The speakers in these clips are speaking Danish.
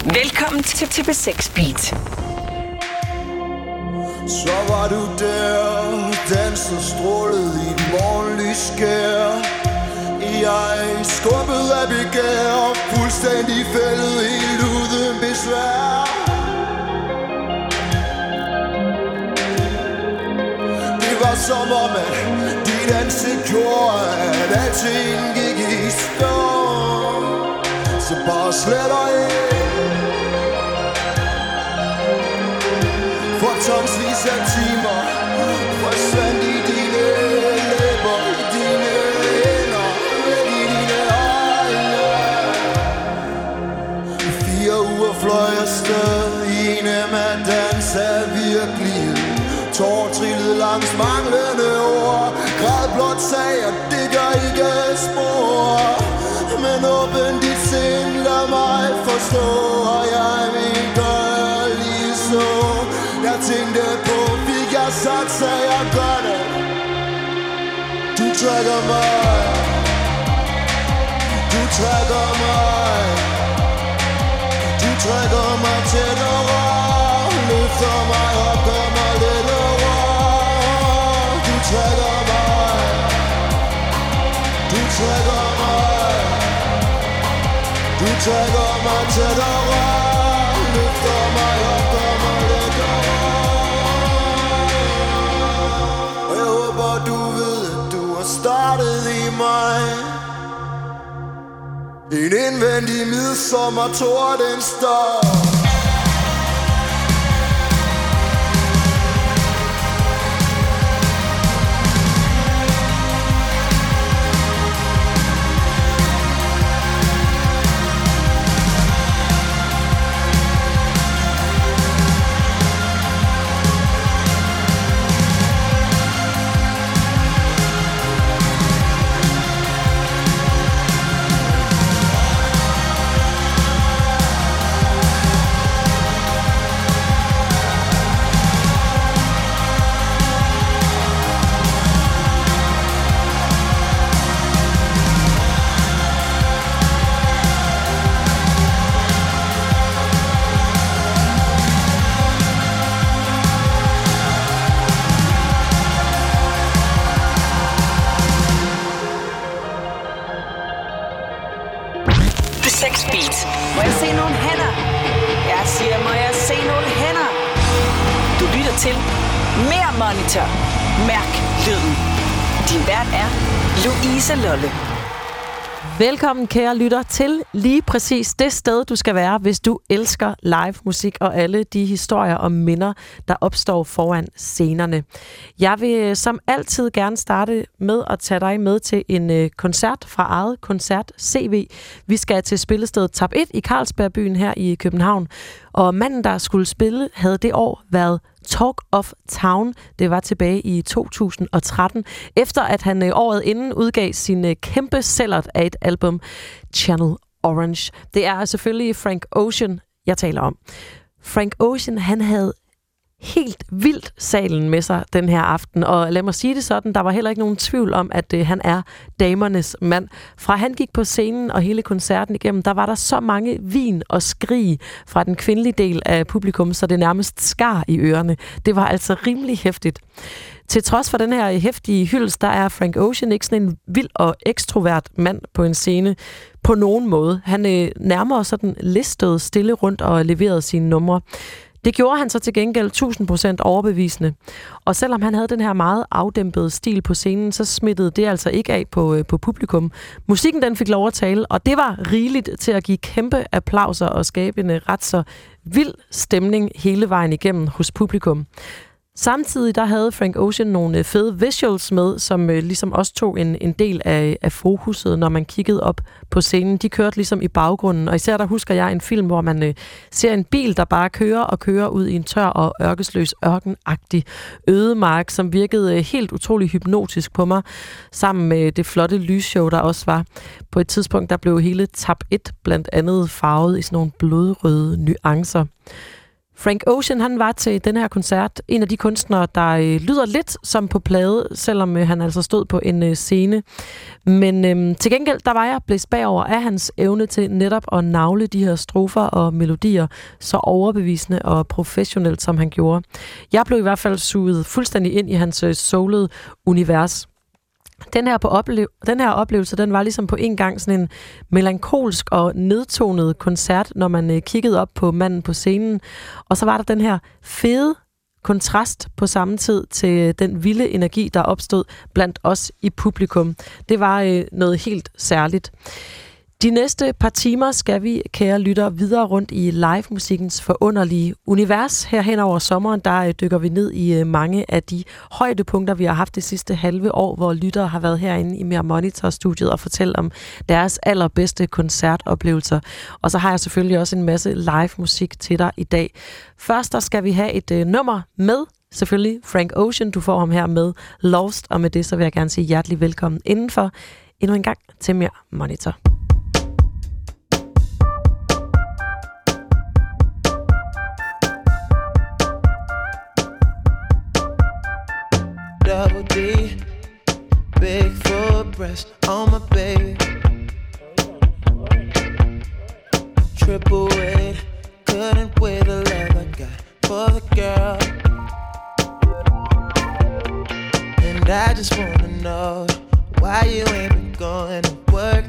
Velkommen til TP6 Beat. Så var du der, dansede strålet i et morgenlys skær. Jeg skubbet af begær, fuldstændig fældet, helt uden besvær. Det var som om, at dit ansigt gjorde, at alting gik i stå. Så bare sletter ind for tonsvis af timer, forsvandt i dine læber, i dine hænder, væk i dine øjne. 4 uger fløj afsted, en af med dans af virkelighed. Tår trillede langs manglende ord, græd blot sag, og det gør ikke spor. Men åbn dit sind, lad mig forstå, og jeg vil gøre lige så. Jeg tænkte på, fik jeg sagt, så jeg gør det. Du trækker mig, du trækker mig, du trækker mig tættere, løfter mig op, gør mig lettere. Du trækker mig, du trækker mig, du trækker mig tættere, løfter mig op, gør mig lettere. Jeg håber du ved, at du har startet i mig. En indvendig midsommertorden står. Må jeg se nogle hænder? Jeg siger, må jeg se nogle hænder? Du lytter til Mere Monitor. Mærk lyden. Din vært er Louise Lolle. Velkommen, kære lytter, til lige præcis det sted, du skal være, hvis du elsker live musik og alle de historier og minder, der opstår foran scenerne. Jeg vil som altid gerne starte med at tage dig med til en koncert fra eget koncert CV. Vi skal til spillestedet Tab 1 i Carlsbergbyen her i København. Og manden, der skulle spille, havde det år været Talk of Town. Det var tilbage i 2013, efter at han året inden udgav sin kæmpe sælgert af et album, Channel Orange. Det er selvfølgelig Frank Ocean, jeg taler om. Frank Ocean, han havde helt vildt salen med sig den her aften, og lad mig sige det sådan, der var heller ikke nogen tvivl om, at han er damernes mand. Fra han gik på scenen og hele koncerten igennem, der var der så mange vin og skrig fra den kvindelige del af publikum, så det nærmest skar i ørerne. Det var altså rimelig hæftigt. Til trods for den her hæftige hyldest, der er Frank Ocean ikke sådan en vild og ekstrovert mand på en scene på nogen måde. Han nærmere sådan listede stille rundt og leverede sine numre. Det gjorde han så til gengæld 1000% overbevisende. Og selvom han havde den her meget afdæmpede stil på scenen, så smittede det altså ikke af på publikum. Musikken den fik lov at tale, og det var rigeligt til at give kæmpe applauser og skabe en ret så vild stemning hele vejen igennem hos publikum. Samtidig der havde Frank Ocean nogle fede visuals med, som ligesom også tog en del af fokuset, når man kiggede op på scenen. De kørte ligesom i baggrunden, og især der husker jeg en film, hvor man ser en bil, der bare kører og kører ud i en tør og ørkenagtig ødemark, som virkede helt utrolig hypnotisk på mig, sammen med det flotte lysshow, der også var. På et tidspunkt, der blev hele Tab 1 blandt andet farvet i sådan nogle blodrøde nuancer. Frank Ocean, han var til den her koncert en af de kunstnere, der lyder lidt som på plade, selvom han altså stod på en scene. Men til gengæld, der var jeg blæst bagover af hans evne til netop at navle de her strofer og melodier så overbevisende og professionelt, som han gjorde. Jeg blev i hvert fald suget fuldstændig ind i hans soulede univers. Den her oplevelse, den var ligesom på en gang sådan en melankolsk og nedtonet koncert, når man kiggede op på manden på scenen. Og så var der den her fede kontrast på samme tid til den vilde energi, der opstod blandt os i publikum. Det var noget helt særligt. De næste par timer skal vi, kære lytter, videre rundt i live-musikkens forunderlige univers. Her hen over sommeren, der dykker vi ned i mange af de højdepunkter, vi har haft det sidste halve år, hvor lyttere har været herinde i Mere Monitor-studiet og fortælle om deres allerbedste koncertoplevelser. Og så har jeg selvfølgelig også en masse live-musik til dig i dag. Først der skal vi have et nummer med, selvfølgelig Frank Ocean. Du får ham her med Lost, og med det så vil jeg gerne sige hjertelig velkommen indenfor endnu en gang til Mere Monitor. Double D, big full breast on my baby. Triple weight, couldn't weigh the love I got for the girl. And I just wanna know why you ain't been going to work.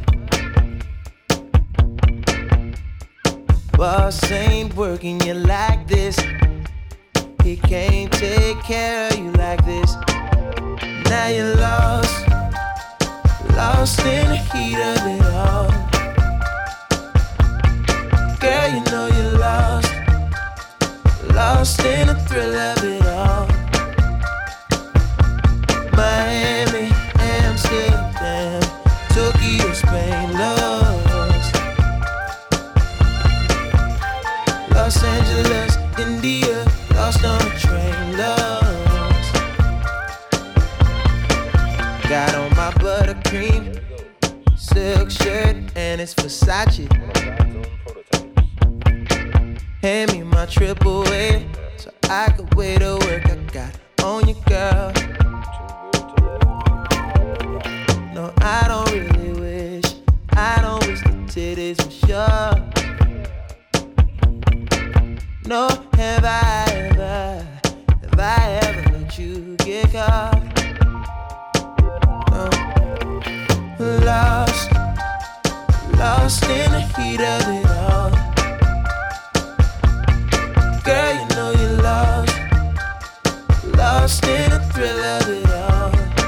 Boss ain't working you like this. He can't take care of you like this. Now you're lost, lost in the heat of it all. Girl, you know you're lost, lost in the thrill of it all. Miami, Amsterdam, Tokyo, Spain, lost. Los Angeles, India, lost on a train, lost. Got on my buttercream silk shirt and it's Versace. Hand me my triple A so I could weigh the work I got on you, girl. No, I don't really wish the titties were sure. No, have I ever let you get caught? No. Lost in the heat of it all. Girl, you know you're lost, lost in the thrill of it all.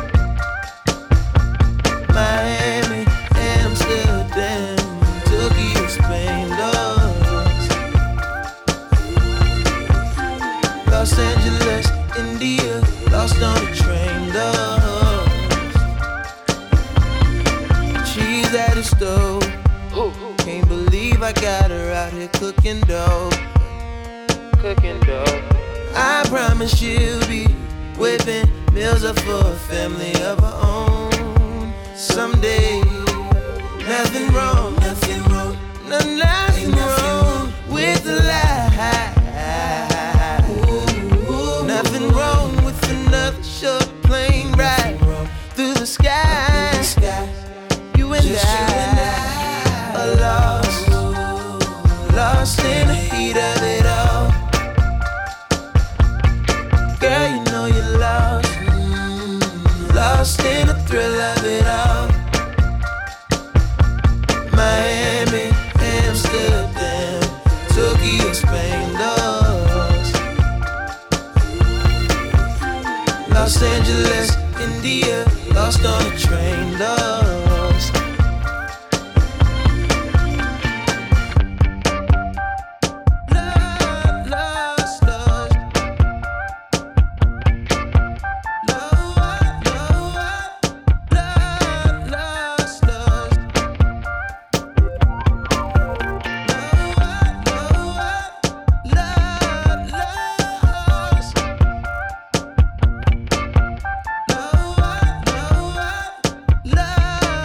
Miami, Amsterdam, Tokyo, Spain, lost. Los Angeles, India, lost on the train, lost. She's at the stove, can't believe I got her out here cooking dough. I promise she'll be whipping meals up for a family of her own someday. Nothing wrong, no, nothing wrong with the lie. Nothing wrong with another short plane ride through the sky. You and I are lost in the heat of it all. Girl, you know you're lost in the thrill of it all. Miami, Amsterdam, Tokyo, Spain, lost. Los Angeles, India, lost on a train, lost. Love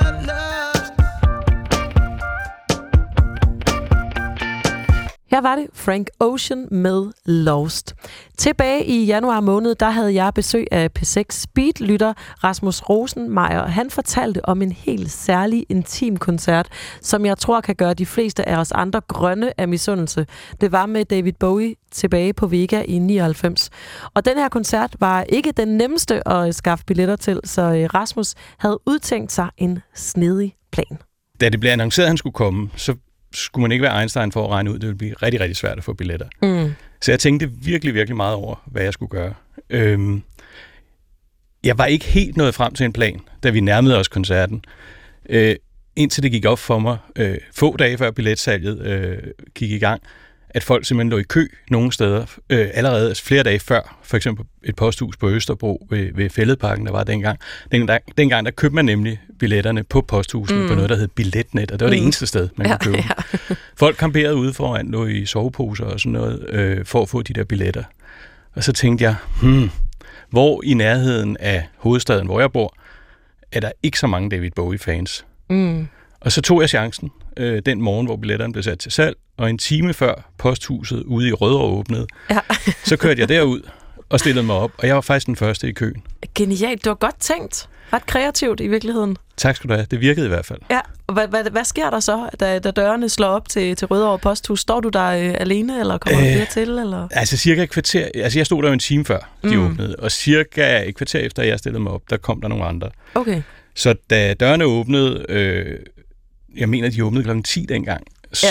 Her var det Frank Ocean med Lost. Tilbage i januar måned, der havde jeg besøg af P6 Speed-lytter Rasmus Rosenmeier, og han fortalte om en helt særlig intim koncert, som jeg tror kan gøre de fleste af os andre grønne af misundelse. Det var med David Bowie tilbage på Vega i 99. Og den her koncert var ikke den nemmeste at skaffe billetter til, så Rasmus havde udtænkt sig en snedig plan. Da det blev annonceret, at han skulle komme, så skulle man ikke være Einstein for at regne ud, det ville blive rigtig, rigtig svært at få billetter. Så jeg tænkte virkelig, virkelig meget over, hvad jeg skulle gøre. Jeg var ikke helt nået frem til en plan, da vi nærmede os koncerten. Indtil det gik op for mig, få dage før billetsalget gik i gang, at folk simpelthen lå i kø nogle steder, allerede altså flere dage før, for eksempel et posthus på Østerbro ved Fælledparken, der var dengang. Dengang der købte man nemlig billetterne på posthusene på noget, der hed Billetnet, og det var det eneste sted, man kunne købe. Ja. Folk kamperede ude foran, lå i soveposer og sådan noget, for at få de der billetter. Og så tænkte jeg, hvor i nærheden af hovedstaden, hvor jeg bor, er der ikke så mange David Bowie-fans. Og så tog jeg chancen den morgen, hvor billetterne blev sat til salg, og en time før posthuset ude i Rødovre åbnede, så kørte jeg derud og stillede mig op, og jeg var faktisk den første i køen. Genialt, det var godt tænkt. Ret kreativt i virkeligheden. Tak skal du have. Det virkede i hvert fald. Ja, og hvad sker der så, da dørene slår op til Rødovre posthus? Står du der alene, eller kommer der flere til? Eller? Altså cirka et kvarter. Altså jeg stod der jo en time før, de åbnede, og cirka et kvarter efter, jeg stillede mig op, der kom der nogle andre. Okay. Så da dørene åbnede, jeg mener, de åbnede klokken 10 dengang,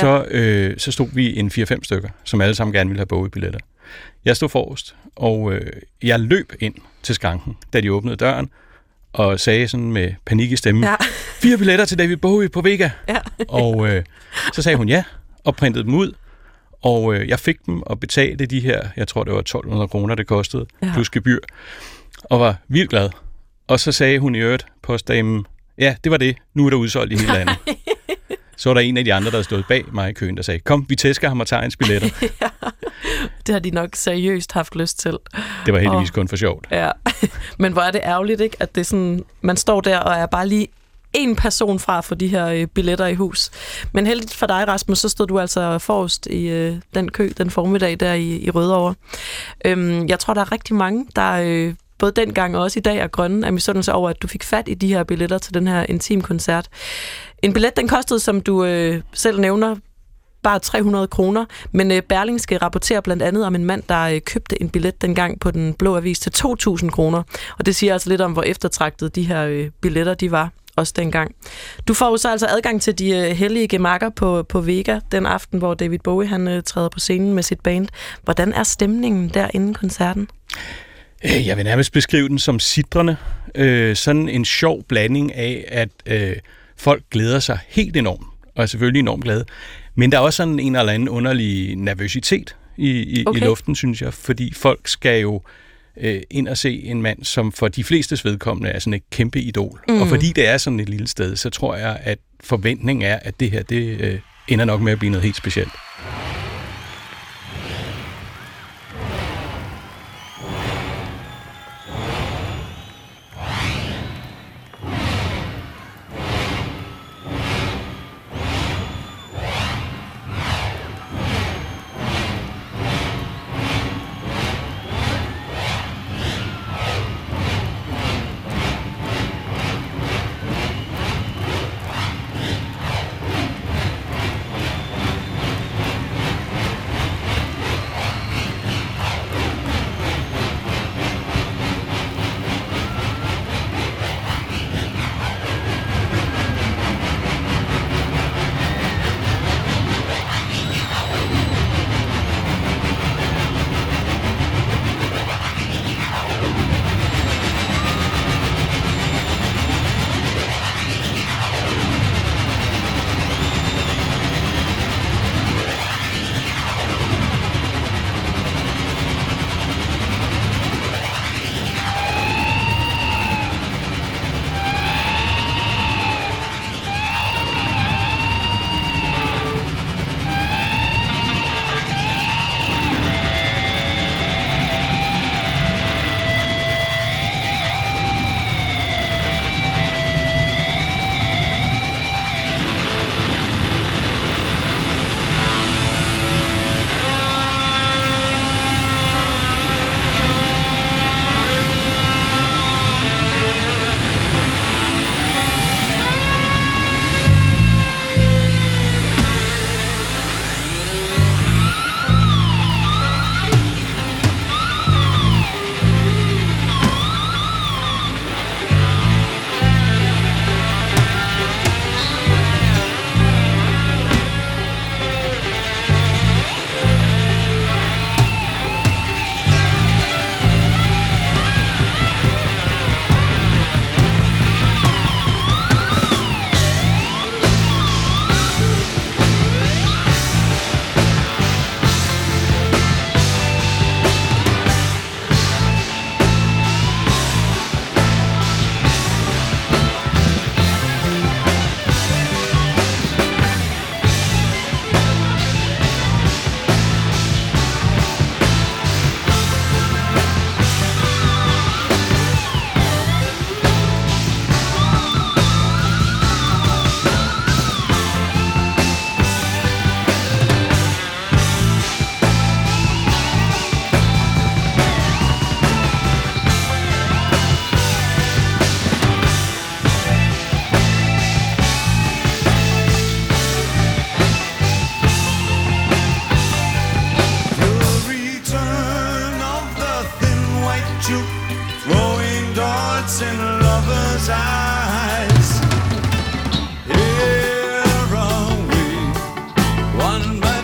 så stod vi en 4-5 stykker, som alle sammen gerne ville have Bowie-billetter. Jeg stod forrest, og jeg løb ind til skranken, da de åbnede døren, og sagde sådan med panik i stemmen, 4 billetter til David Bowie på Vega. Ja. Og så sagde hun ja, og printede dem ud, og jeg fik dem og betalte de her, jeg tror det var 1.200 kroner, det kostede, plus gebyr, og var vildt glad. Og så sagde hun i øvrigt, postdamen, ja, det var det, nu er der udsolgt i hele landet. Så var der en af de andre, der havde stået bag mig i køen, der sagde, kom, vi tæsker ham og tager hans billetter. Det har de nok seriøst haft lyst til. Det var heldigvis kun for sjovt. Ja, men hvor er det ærgerligt, ikke? At det er sådan, man står der og er bare lige en person fra at få de her billetter i hus. Men heldigt for dig, Rasmus, så stod du altså forrest i den kø den formiddag der i Rødovre. Jeg tror, der er rigtig mange, der både dengang og også i dag er grønne af misundelse over, at du fik fat i de her billetter til den her intim-koncert. En billet, den kostede, som du selv nævner, bare 300 kroner, men Berlingske rapporterer blandt andet om en mand, der købte en billet dengang på Den Blå Avis til 2.000 kroner. Og det siger altså lidt om, hvor eftertragtede de her billetter de var også dengang. Du får jo så altså adgang til de hellige gemakker på Vega den aften, hvor David Bowie han træder på scenen med sit band. Hvordan er stemningen der inden koncerten? Jeg vil nærmest beskrive den som sitrende. Sådan en sjov blanding af, at folk glæder sig helt enormt, og er selvfølgelig enormt glade. Men der er også sådan en eller anden underlig nervøsitet i luften, synes jeg, fordi folk skal jo ind og se en mand, som for de flestes vedkommende er sådan et kæmpe idol. Og fordi det er sådan et lille sted, så tror jeg, at forventningen er, at det her, det ender nok med at blive noget helt specielt.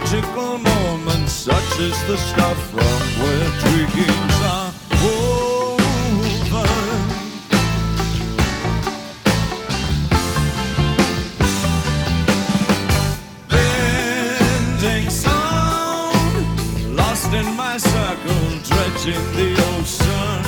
magical moment, such is the stuff from where dreams are woven. Bending sound, lost in my circle, dredging the ocean.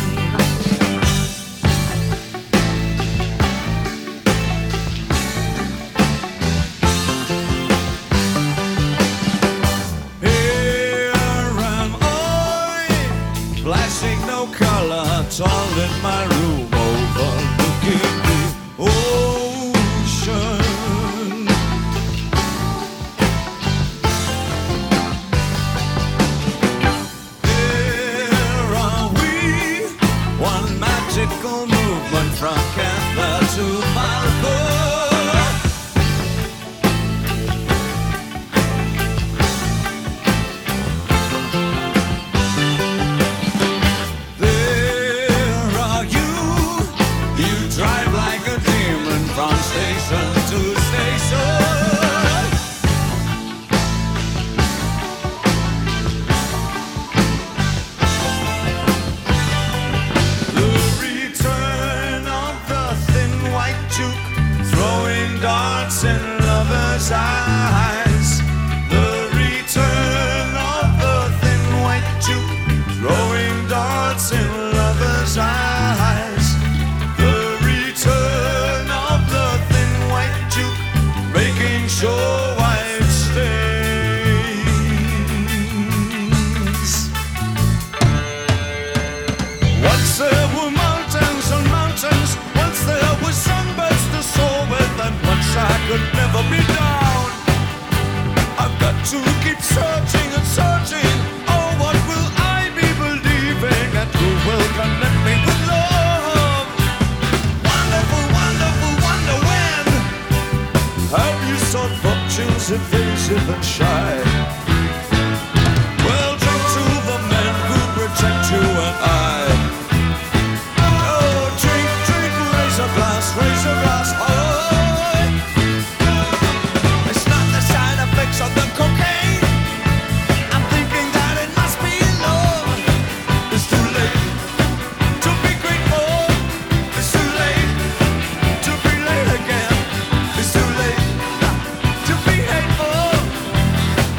Flashing no color, tall in my room, overlooking the ocean. Here are we, one magical movement from Canberra to Malco. From station to station, the return of the thin white juke, throwing darts in lovers' eyes. The return of the thin white juke, throwing darts in lovers' eyes. The return of the thin white juke, making sure white stains. Once there were mountains and mountains, once there were sunbirds to soar with, and once I could never be down. I've got to keep searching and searching. Oh, what will I be believing, and who will connect me with love? Wonderful, wonderful, wonder when have you sought fortunes evasive and shy? Well, drink to the men who protect you and I. Oh, drink, drink, raise a glass, oh. It's not the side effects of the cocaine. I'm thinking that it must be love. It's too late to be grateful. It's too late to be late again. It's too late to be hateful.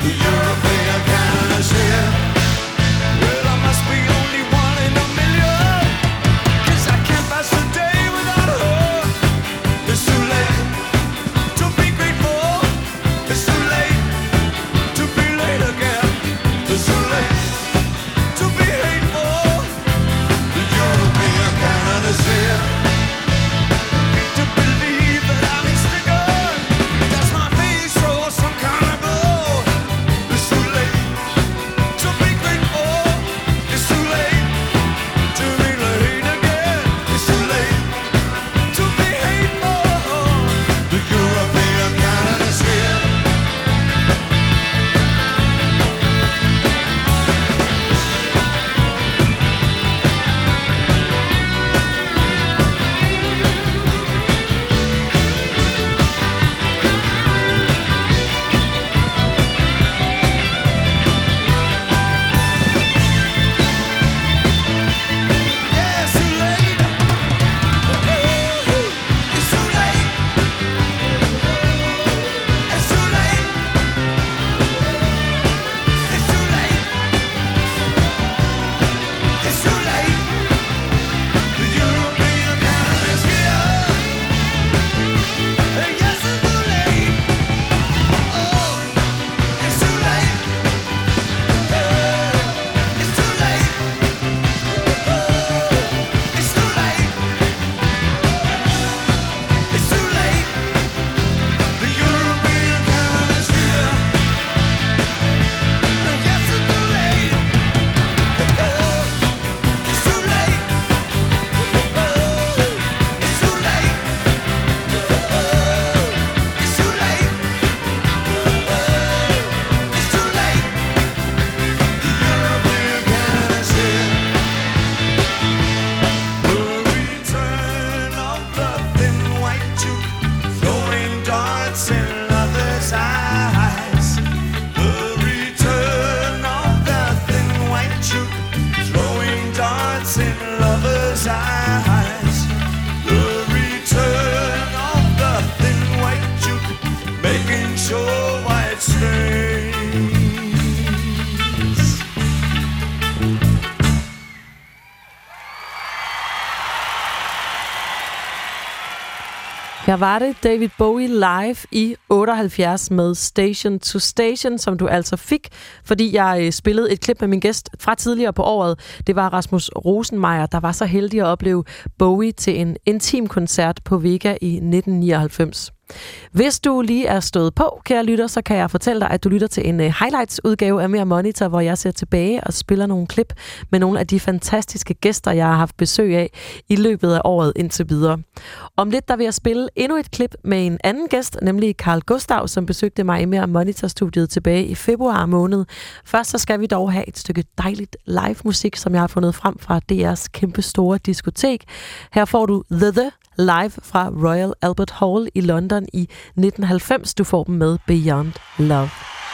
Her var det David Bowie live i 78 med Station to Station, som du altså fik, fordi jeg spillede et klip med min gæst fra tidligere på året. Det var Rasmus Rosenmeier, der var så heldig at opleve Bowie til en intim koncert på Vega i 1999. Hvis du lige er stået på, kære lytter, så kan jeg fortælle dig, at du lytter til en highlights-udgave af Mere Monitor, hvor jeg ser tilbage og spiller nogle klip med nogle af de fantastiske gæster, jeg har haft besøg af i løbet af året indtil videre. Om lidt der vil jeg spille endnu et klip med en anden gæst, nemlig Carl Gustav, som besøgte mig i Mere Monitor-studiet tilbage i februar måned. Først så skal vi dog have et stykke dejligt live-musik, som jeg har fundet frem fra DR's kæmpe store diskotek. Her får du The live fra Royal Albert Hall i London i 1990. Du får dem med Beyond Love.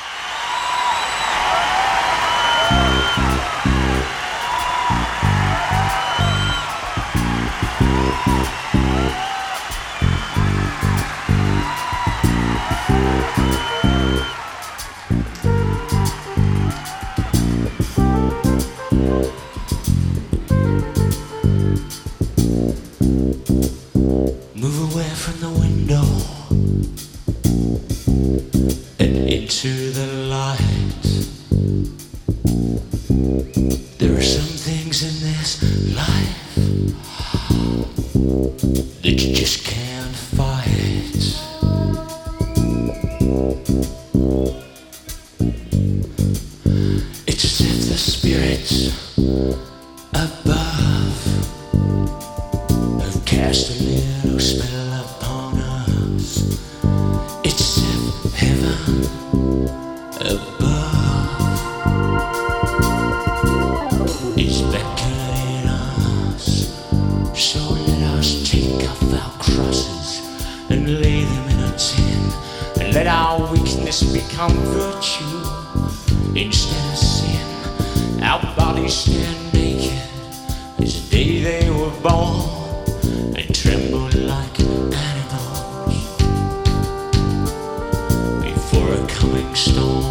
Move away from the window and into the light. There are some things in this life that you just can't fight. It's as if the spirits above have cast a little spell upon us. It's as if heaven above is beckoning us. So let us take off our crosses and lay them in a tin, and let our weakness become virtue instead of sin. Our bodies stand naked as the day they were born, and tremble like animals before a coming storm.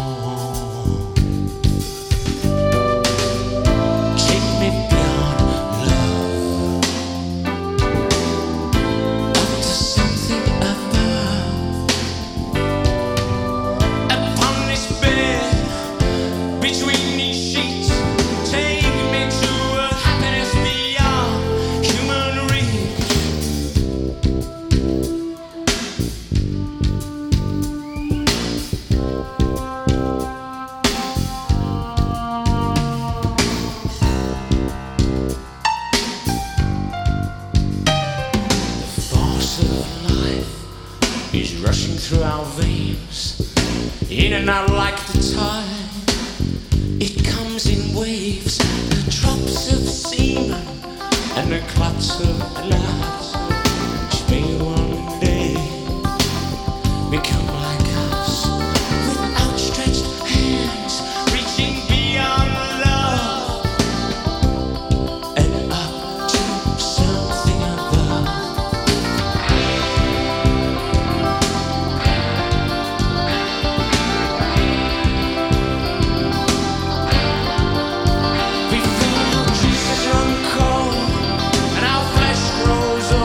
Take me beyond love, up to something above. Upon this bed, between these sheets, take me to a happiness beyond human reach. The force of life is rushing through our veins, in and out like the tide. It comes in waves, the drops of semen and the clots of blood, which may one day become like us, with outstretched hands reaching beyond love and up to something above. We feel our juices run cold and our flesh grows old.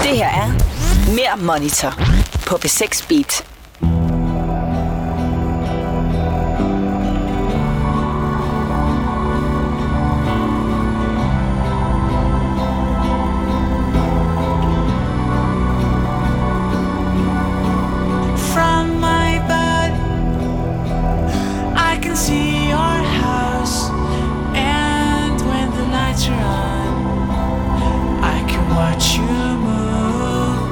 Det her er Mere Monitor på B6 Beat. See your house, and when the lights are on, I can watch you move.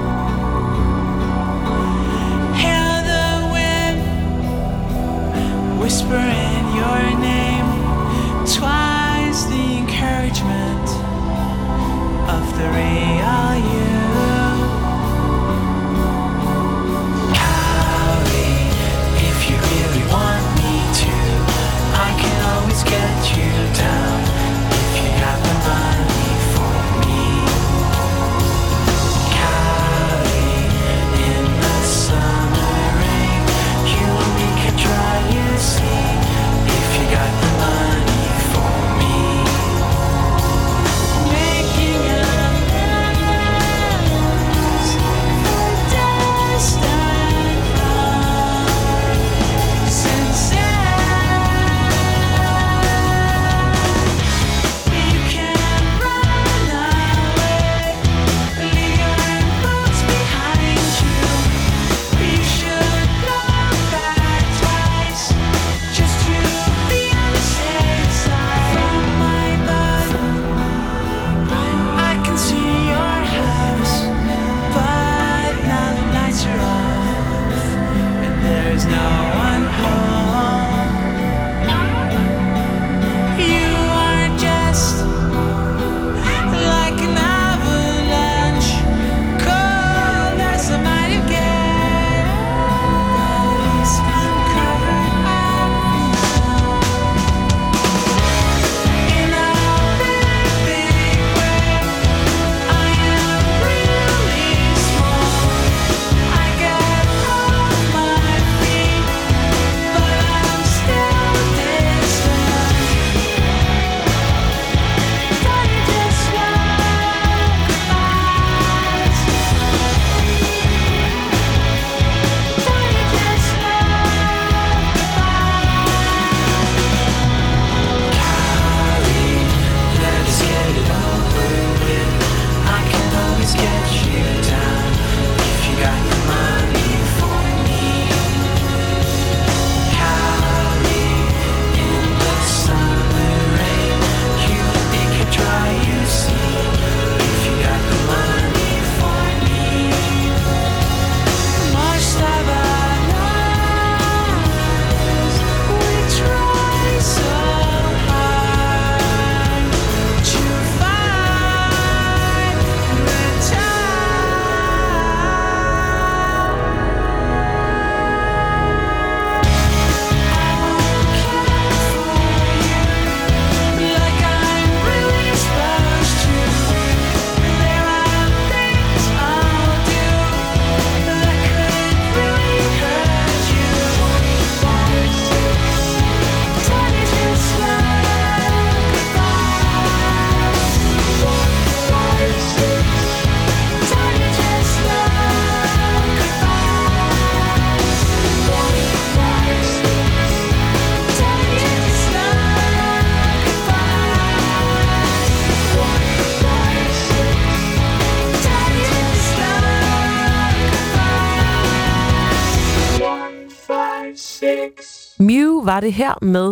Hear the wind whispering your name, twice the encouragement of the real you. Cowley, if you really want me to, I can always get you down if you got the money for me. Cali, in the summer rain, you and me can try, you see, if you got the money for me. Making up plans for distant love since Mew var det her med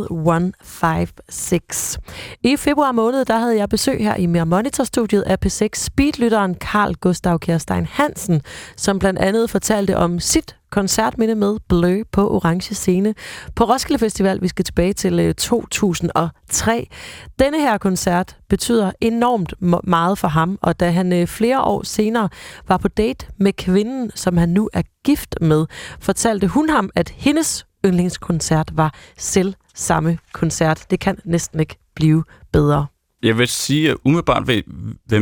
156. I februar måned, der havde jeg besøg her i Mere Monitor-studiet af P6 Speedlytteren Carl Gustav Kjærstein Hansen, som blandt andet fortalte om sit koncertminde med Blø på Orange Scene på Roskilde Festival. Vi skal tilbage til 2003. Denne her koncert betyder enormt meget for ham, og da han flere år senere var på date med kvinden, som han nu er gift med, fortalte hun ham, at hendes yndlingskoncert var selv samme koncert. Det kan næsten ikke blive bedre. Jeg vil sige, at umiddelbart vil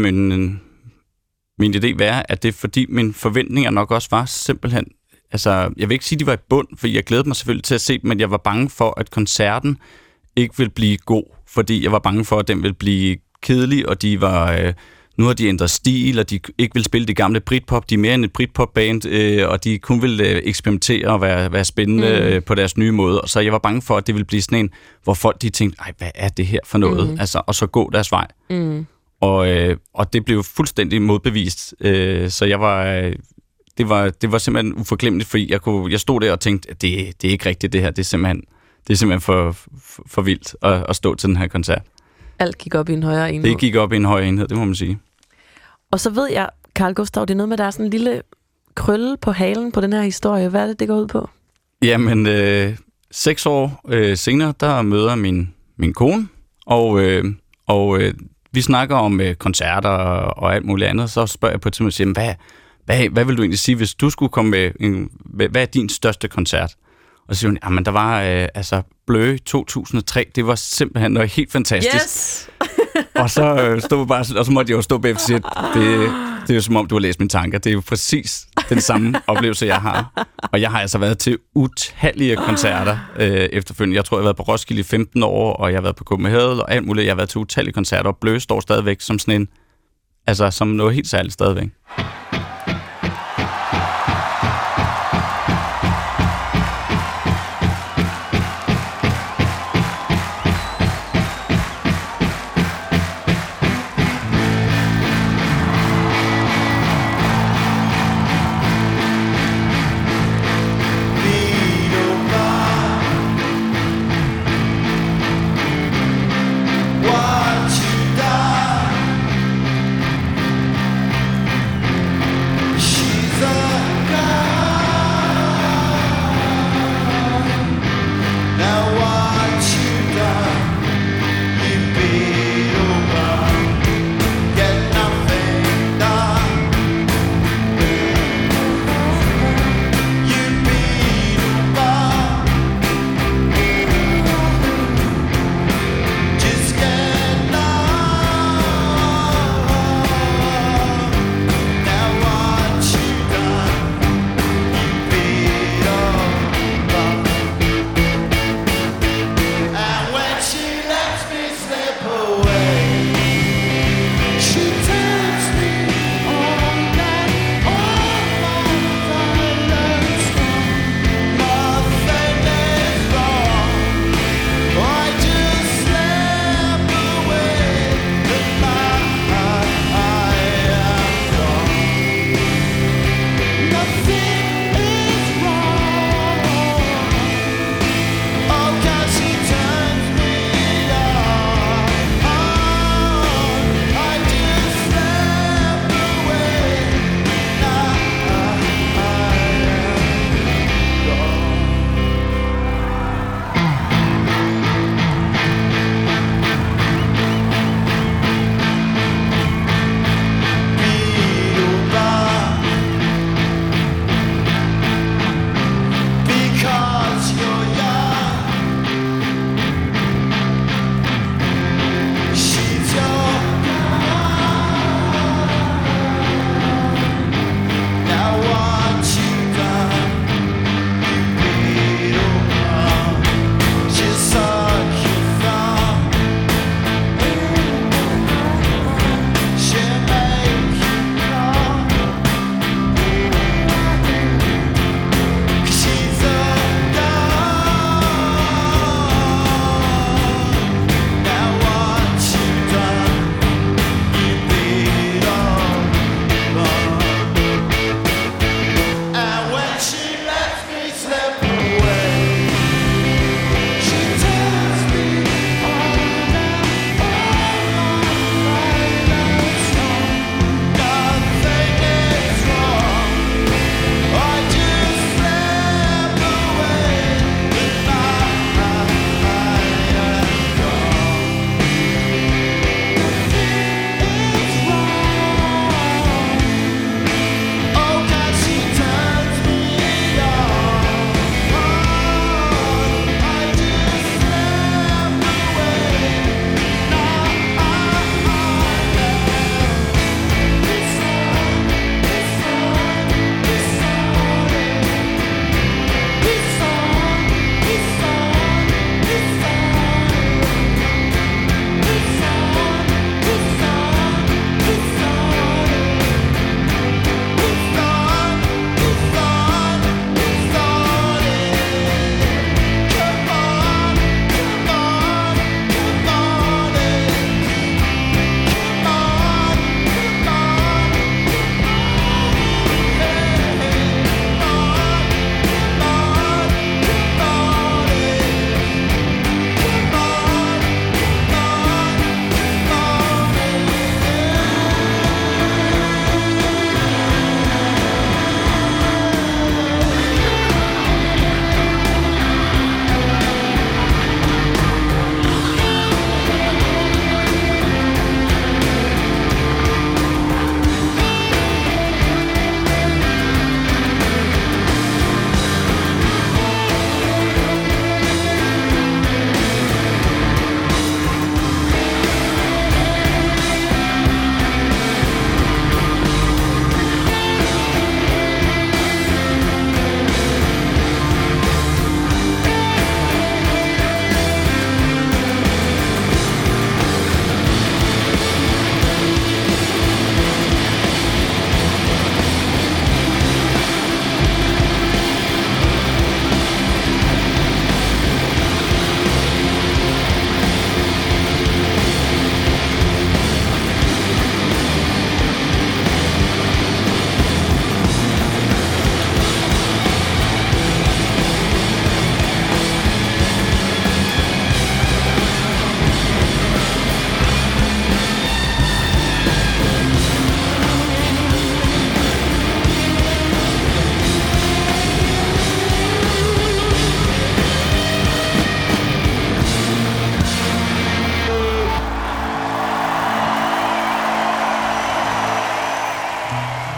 min idé være, at det er fordi mine forventninger nok også var simpelthen, altså jeg vil ikke sige, at de var i bund, for jeg glædede mig selvfølgelig til at se dem, men jeg var bange for, at koncerten ikke ville blive god, fordi jeg var bange for, at den ville blive kedelig, og de var nu har de ændret stil, og de ikke vil spille det gamle Britpop. De er mere end et Britpop-band, og de kun vil eksperimentere og være spændende på deres nye måde. Og så jeg var bange for, at det ville blive sådan en, hvor folk de tænkte, ej, hvad er det her for noget? Altså, og så gå deres vej. Og det blev fuldstændig modbevist. Så jeg var... Det var simpelthen uforglemmeligt, fordi jeg stod der og tænkte, at det er ikke rigtigt det her. Det er simpelthen for vildt at stå til den her koncert. Alt gik op i en højere enhed. Det gik op i en højere enhed, det må man sige. Og så ved jeg, Carl Gustav, det er noget med, der er sådan en lille krølle på halen på den her historie. Hvad er det går ud på? Jamen, 6 år senere, der møder min kone, og vi snakker om koncerter og alt muligt andet. Så spørger jeg på et tidspunkt, hvad vil du egentlig sige, hvis du skulle komme med, hvad er din største koncert? Og så siger hun, jamen der var Blø 2003, det var simpelthen noget helt fantastisk. Yes! Og så stod vi bare, og så måtte jeg jo stå bagefter og sige, det er jo som om, du har læst mine tanker. Det er jo præcis den samme oplevelse, jeg har. Og jeg har altså været til utallige koncerter efterfølgende. Jeg tror, jeg har været på Roskilde i 15 år, og jeg har været på Copenhagen og alt muligt. Jeg har været til utallige koncerter, og Blø står stadigvæk som sådan en, altså som noget helt særligt stadigvæk.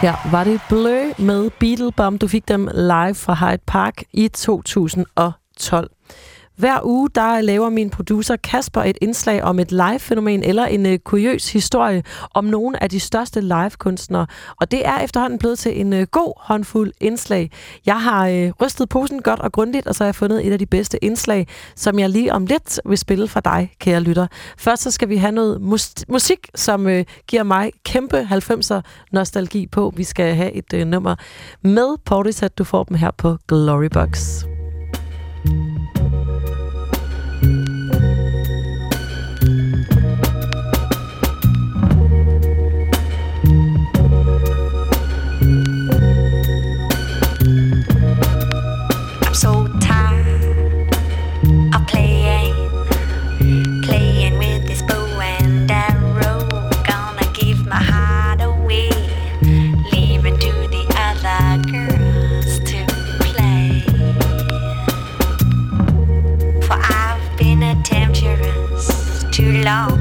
Her var det Blur med Beetlebum. Du fik dem live fra Hyde Park i 2012. Hver uge, der laver min producer Kasper et indslag om et live-fænomen eller en kuriøs historie om nogle af de største live-kunstnere. Og det er efterhånden blevet til en god håndfuld indslag. Jeg har rystet posen godt og grundigt, og så har jeg fundet et af de bedste indslag, som jeg lige om lidt vil spille for dig, kære lytter. Først så skal vi have noget musik, som giver mig kæmpe 90'er nostalgi på. Vi skal have et nummer med Portishead. Du får dem her på Glorybox. So tired of playing with this bow and arrow. Gonna give my heart away, leave it to the other girls to play. For I've been a temptress too long.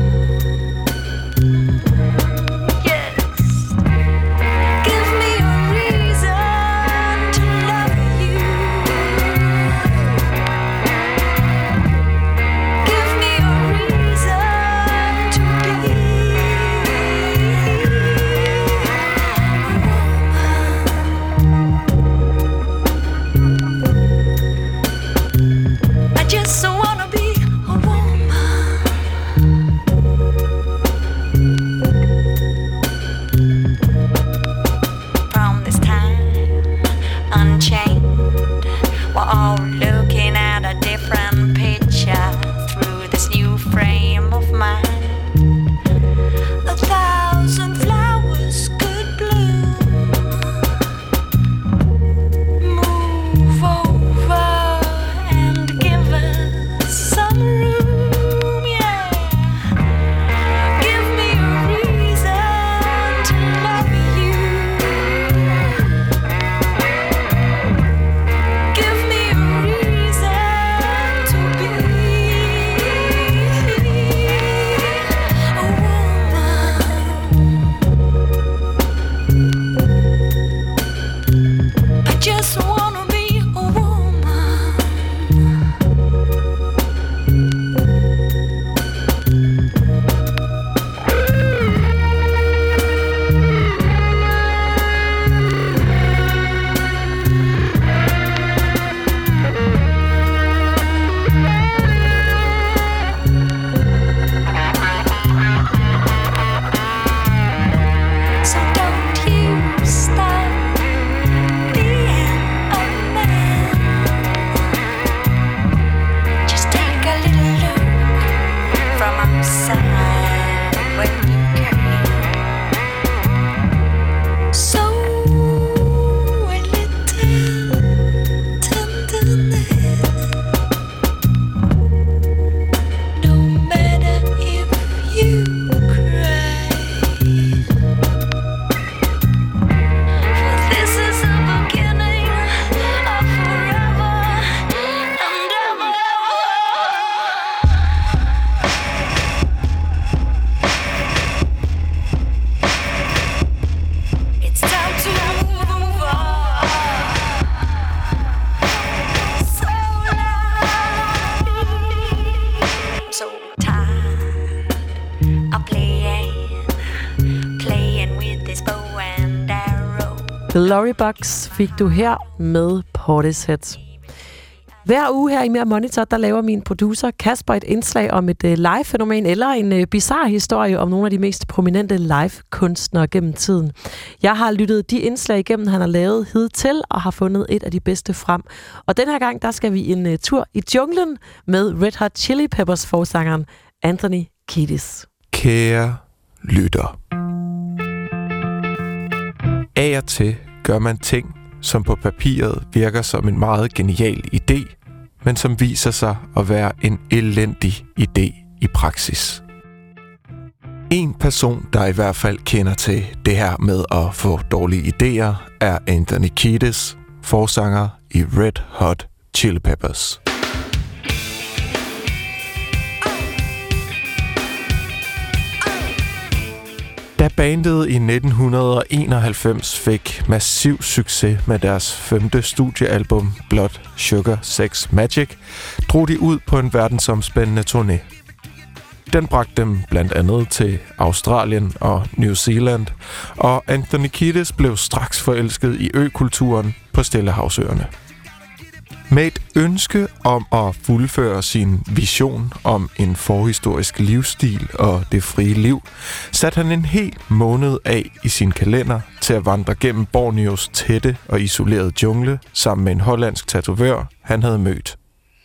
Glorybox fik du her med Portishead. Hver uge her i Mere Monitor, der laver min producer Kasper et indslag om et live-fænomen eller en bizarre historie om nogle af de mest prominente live-kunstnere gennem tiden. Jeg har lyttet de indslag igennem, han har lavet hidtil, og har fundet et af de bedste frem. Og den her gang, der skal vi en tur i junglen med Red Hot Chili Peppers forsangeren Anthony Kiedis. Kære lytter. Af og til gør man ting, som på papiret virker som en meget genial idé, men som viser sig at være en elendig idé i praksis. En person, der i hvert fald kender til det her med at få dårlige idéer, er Anthony Kiedis, forsanger i Red Hot Chili Peppers. Da Da bandet i 1991 fik massiv succes med deres 5. studiealbum Blood Sugar Sex Magik, drog de ud på en verdensomspændende turné. Den bragte dem blandt andet til Australien og New Zealand, og Anthony Kiedis blev straks forelsket i økulturen på Stillehavsøerne. Med et ønske om at fuldføre sin vision om en forhistorisk livsstil og det frie liv, satte han en hel måned af i sin kalender til at vandre gennem Borneos tætte og isolerede jungle sammen med en hollandsk tatovør, han havde mødt.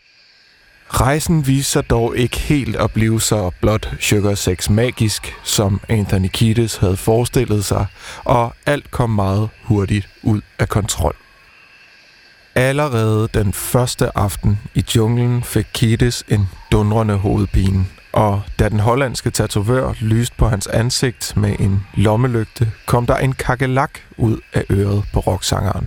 Rejsen viste sig dog ikke helt at blive så Blood Sugar Sex magisk, som Anthony Kiedis havde forestillet sig, og alt kom meget hurtigt ud af kontrol. Allerede den første aften i junglen fik Kiedis en dundrende hovedpine, og da den hollandske tatovør lyste på hans ansigt med en lommelygte, kom der en kakelak ud af øret på rocksangeren.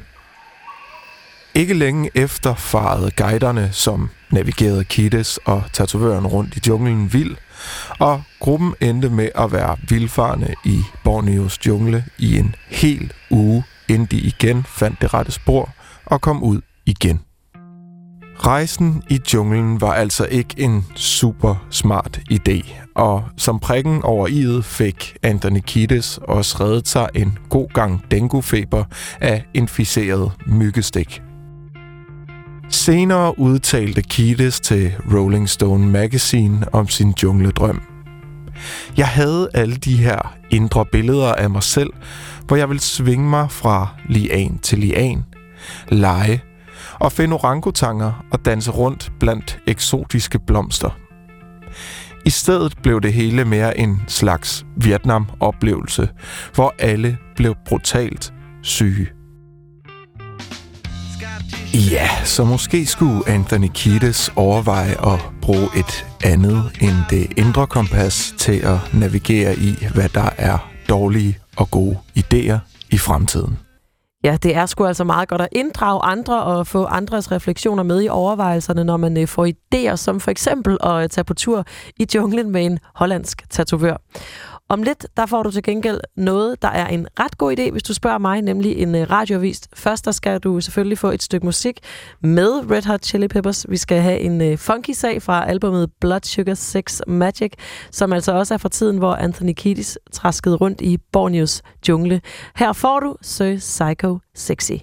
Ikke længe efter farede guiderne, som navigerede Kiedis og tatovøren rundt i junglen vild, og gruppen endte med at være vildfarne i Borneos jungle i en hel uge, inden de igen fandt det rette spor og kom ud igen. Rejsen i junglen var altså ikke en super smart idé, og som prikken over i'et fik Anthony Kiedis også reddet sig en god gang denguefeber af inficeret myggestik. Senere udtalte Kiedis til Rolling Stone Magazine om sin jungledrøm. Jeg havde alle de her indre billeder af mig selv, hvor jeg ville svinge mig fra lian til lian, lege og finde orangutanger og danse rundt blandt eksotiske blomster. I stedet blev det hele mere en slags Vietnam-oplevelse, hvor alle blev brutalt syge. Ja, så måske skulle Anthony Kiedis overveje at bruge et andet end det indre kompas til at navigere i, hvad der er dårlige og gode idéer i fremtiden. Ja, det er sgu altså meget godt at inddrage andre og få andres refleksioner med i overvejelserne, når man får idéer, som for eksempel at tage på tur i junglen med en hollandsk tatovør. Om lidt, der får du til gengæld noget, der er en ret god idé, hvis du spørger mig, nemlig en radioavis. Først der skal du selvfølgelig få et stykke musik med Red Hot Chili Peppers. Vi skal have en funky sag fra albumet Blood Sugar Sex Magik, som altså også er fra tiden, hvor Anthony Kiedis traskede rundt i Borneos jungle. Her får du So Psycho Sexy.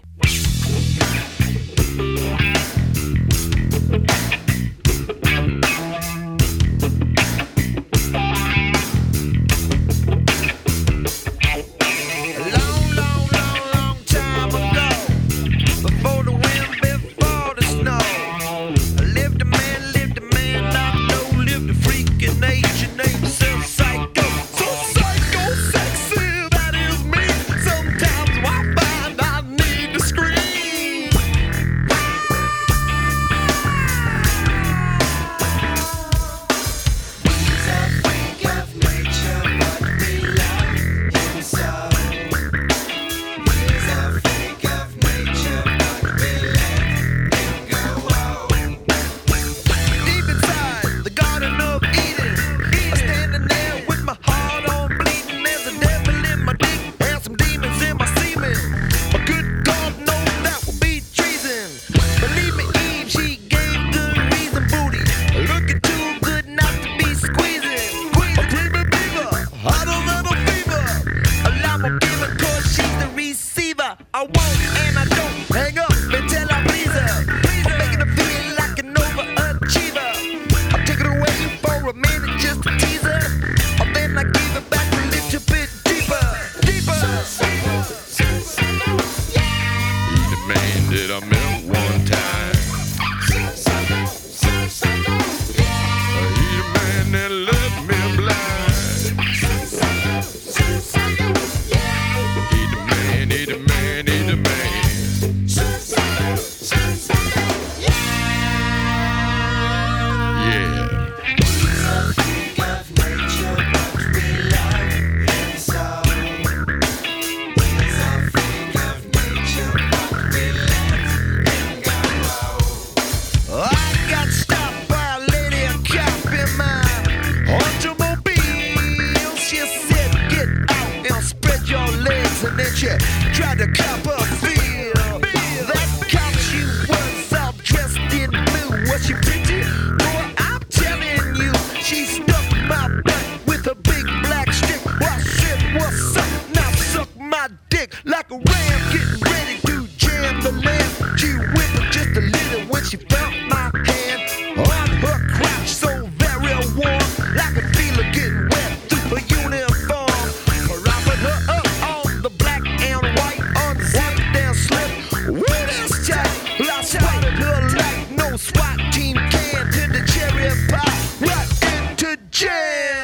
watch so very warm. Like a feeler getting wet through a uniform. Propping her up on the black and white unzipped and slip. With this tight, well, I spotted her like no SWAT team can to the cherry pie. Right into jam.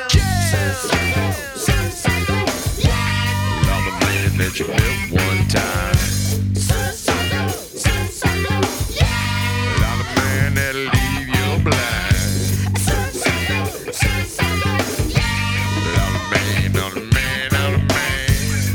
Love a man that you met one time. Love a man that'll leave you blind. Love a man, not a man, not a man.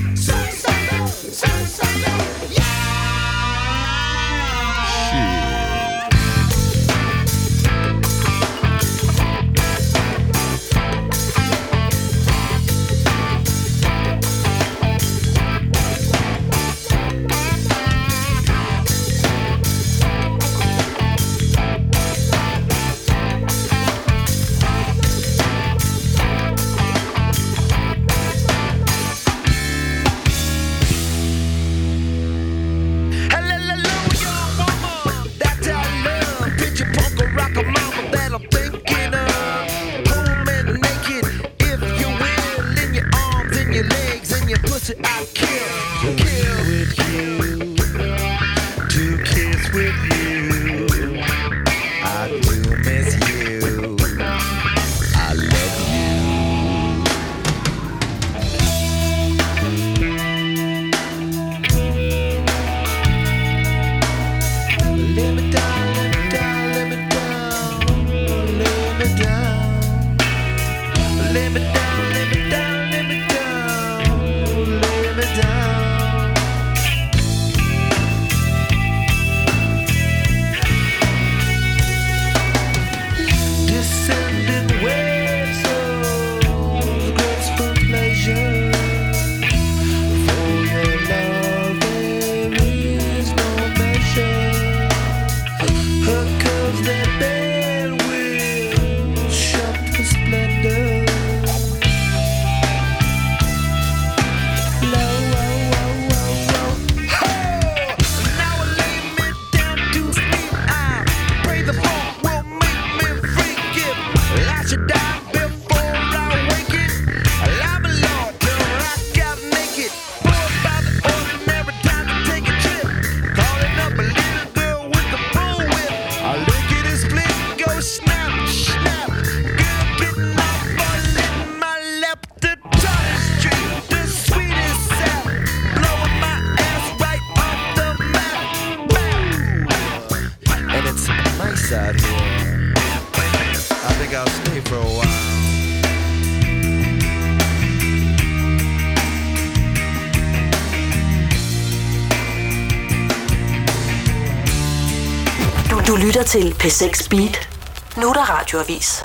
Du lytter til P6 Beat. Nu er der radioavis.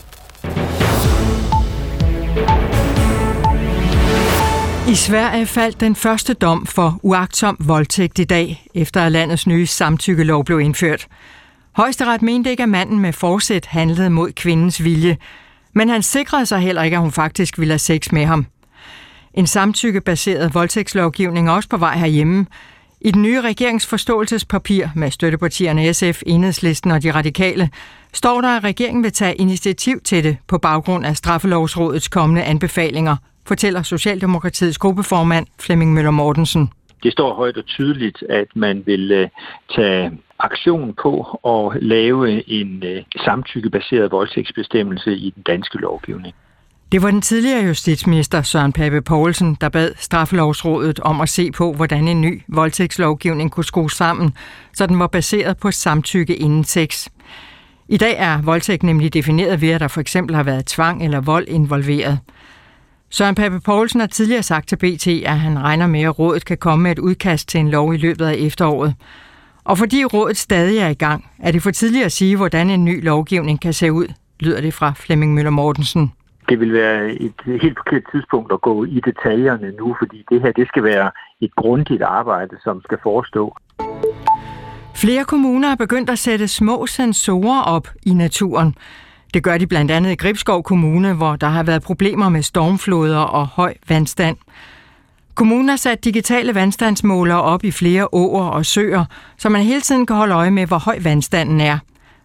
I Sverige faldt den første dom for uagtsom voldtægt i dag, efter at landets nye samtykkelov blev indført. Højesteret mente ikke, at manden med forsæt handlede mod kvindens vilje, men han sikrede sig heller ikke, at hun faktisk ville have sex med ham. En samtykkebaseret voldtægtslovgivning er også på vej herhjemme. I den nye regeringsforståelsespapir med støttepartierne SF, Enhedslisten og De Radikale, står der, at regeringen vil tage initiativ til det på baggrund af Straffelovsrådets kommende anbefalinger, fortæller Socialdemokratiets gruppeformand Flemming Møller Mortensen. Det står højt og tydeligt, at man vil tage aktion på at lave en samtykkebaseret voldtægtsbestemmelse i den danske lovgivning. Det var den tidligere justitsminister Søren Pape Poulsen, der bad Straffelovsrådet om at se på, hvordan en ny voldtægtslovgivning kunne skrues sammen, så den var baseret på samtykke inden sex. I dag er voldtægt nemlig defineret ved, at der for eksempel har været tvang eller vold involveret. Søren Pape Poulsen har tidligere sagt til BT, at han regner med, at rådet kan komme med et udkast til en lov i løbet af efteråret. Og fordi rådet stadig er i gang, er det for tidligt at sige, hvordan en ny lovgivning kan se ud, lyder det fra Flemming Møller Mortensen. Det vil være et helt forkert tidspunkt at gå i detaljerne nu, fordi det skal være et grundigt arbejde, som skal forestå. Flere kommuner er begyndt at sætte små sensorer op i naturen. Det gør de blandt andet i Gribskov Kommune, hvor der har været problemer med stormfloder og høj vandstand. Kommunen har sat digitale vandstandsmålere op i flere åer og søer, så man hele tiden kan holde øje med, hvor høj vandstanden er.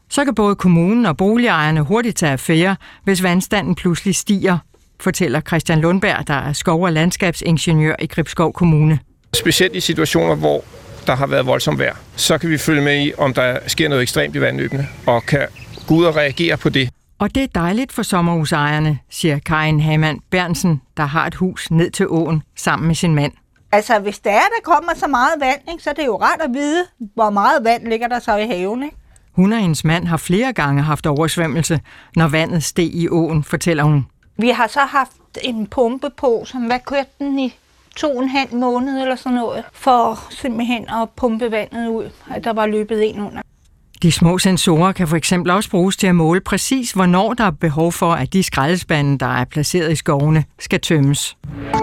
Så kan både kommunen og boligejerne hurtigt tage affære, hvis vandstanden pludselig stiger, fortæller Christian Lundberg, der er skov- og landskabsingeniør i Gribskov Kommune. Specielt i situationer, hvor der har været voldsomt vejr, så kan vi følge med i, om der sker noget ekstremt i vandløbene, og kan gå ud og reagere på det. Og det er dejligt for sommerhusejerne, siger Karin Hamann Bernsen, der har et hus ned til åen sammen med sin mand. Altså, hvis der kommer så meget vand, ikke, så er det jo rart at vide, hvor meget vand ligger der så i haven. Ikke? Hun og hendes mand har flere gange haft oversvømmelse, når vandet steg i åen, fortæller hun. Vi har så haft en pumpe på, som hvad kørte den i 2,5 måneder eller sådan noget, for simpelthen at pumpe vandet ud, at der var løbet ind under. De små sensorer kan for eksempel også bruges til at måle præcis, hvornår der er behov for, at de skraldespande, der er placeret i skovene, skal tømmes.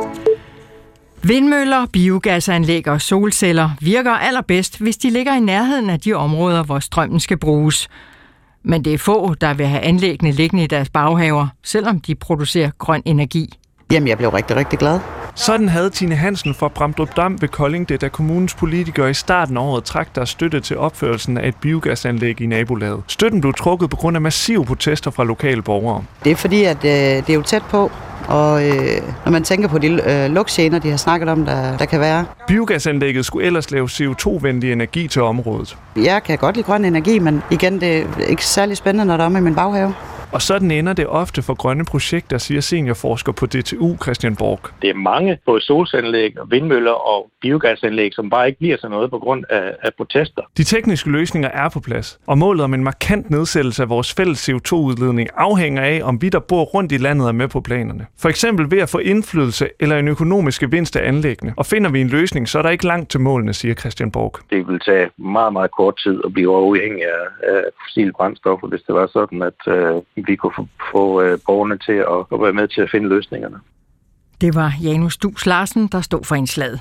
Vindmøller, biogasanlæg og solceller virker allerbedst, hvis de ligger i nærheden af de områder, hvor strømmen skal bruges. Men det er få, der vil have anlæggene liggende i deres baghaver, selvom de producerer grøn energi. Jamen, jeg blev rigtig, rigtig glad. Sådan havde Tine Hansen fra Bramdrup Dam ved Kolding det, da kommunens politikere i starten af året trak deres støtte til opførelsen af et biogasanlæg i nabolaget. Støtten blev trukket på grund af massive protester fra lokale borgere. Det er fordi, at det er jo tæt på, og når man tænker på de lugtgener, de har snakket om, der kan være. Biogasanlægget skulle ellers lave CO2-venlig energi til området. Jeg kan godt lide grøn energi, men igen, det er ikke særlig spændende, når der er med i min baghave. Og sådan ender det ofte for grønne projekter, siger seniorforsker på DTU Christian Borg. Det er mange både solcelleanlæg, vindmøller og biogasanlæg, som bare ikke bliver sådan noget på grund af protester. De tekniske løsninger er på plads, og målet om en markant nedsættelse af vores fælles CO2-udledning afhænger af, om vi, der bor rundt i landet, er med på planerne. For eksempel ved at få indflydelse eller en økonomisk gevinst af anlæggene. Og finder vi en løsning, så er der ikke langt til målene, siger Christian Borg. Det vil tage meget, meget kort tid at blive uafhængig af fossile brændstoffer, hvis det var sådan, at vi kunne få borgerne til at være med til at finde løsningerne. Det var Janus Dus Larsen, der stod for indslaget.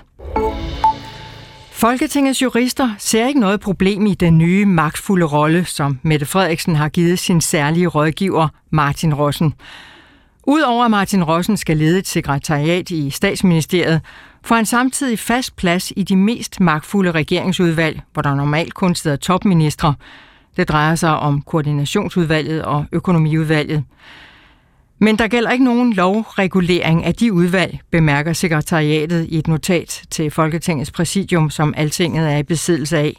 Folketingets jurister ser ikke noget problem i den nye magtfulde rolle, som Mette Frederiksen har givet sin særlige rådgiver, Martin Rossen. Udover at Martin Rossen skal lede et sekretariat i Statsministeriet, får han samtidig fast plads i de mest magtfulde regeringsudvalg, hvor der normalt kun sidder topministre. Det drejer sig om koordinationsudvalget og økonomiudvalget. Men der gælder ikke nogen lovregulering af de udvalg, bemærker sekretariatet i et notat til Folketingets præsidium, som Altinget er i besiddelse af.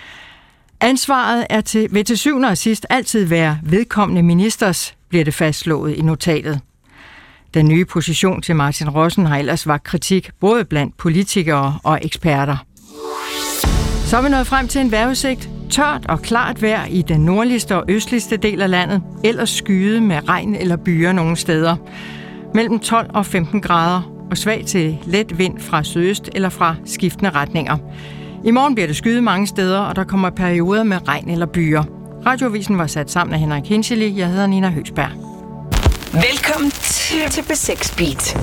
Ansvaret vil til syvende og sidst altid være vedkommende ministers, bliver det fastslået i notatet. Den nye position til Martin Rossen har ellers vakt kritik både blandt politikere og eksperter. Så er vi nået frem til en vejrudsigt. Tørt og klart vejr i den nordligste og østligste del af landet. Ellers skyde med regn eller byer nogle steder. Mellem 12 og 15 grader og svag til let vind fra sydøst eller fra skiftende retninger. I morgen bliver det skyde mange steder, og der kommer perioder med regn eller byer. Radioavisen var sat sammen af Henrik Hinchely. Jeg hedder Nina Høgsberg. Velkommen til B6 Beat.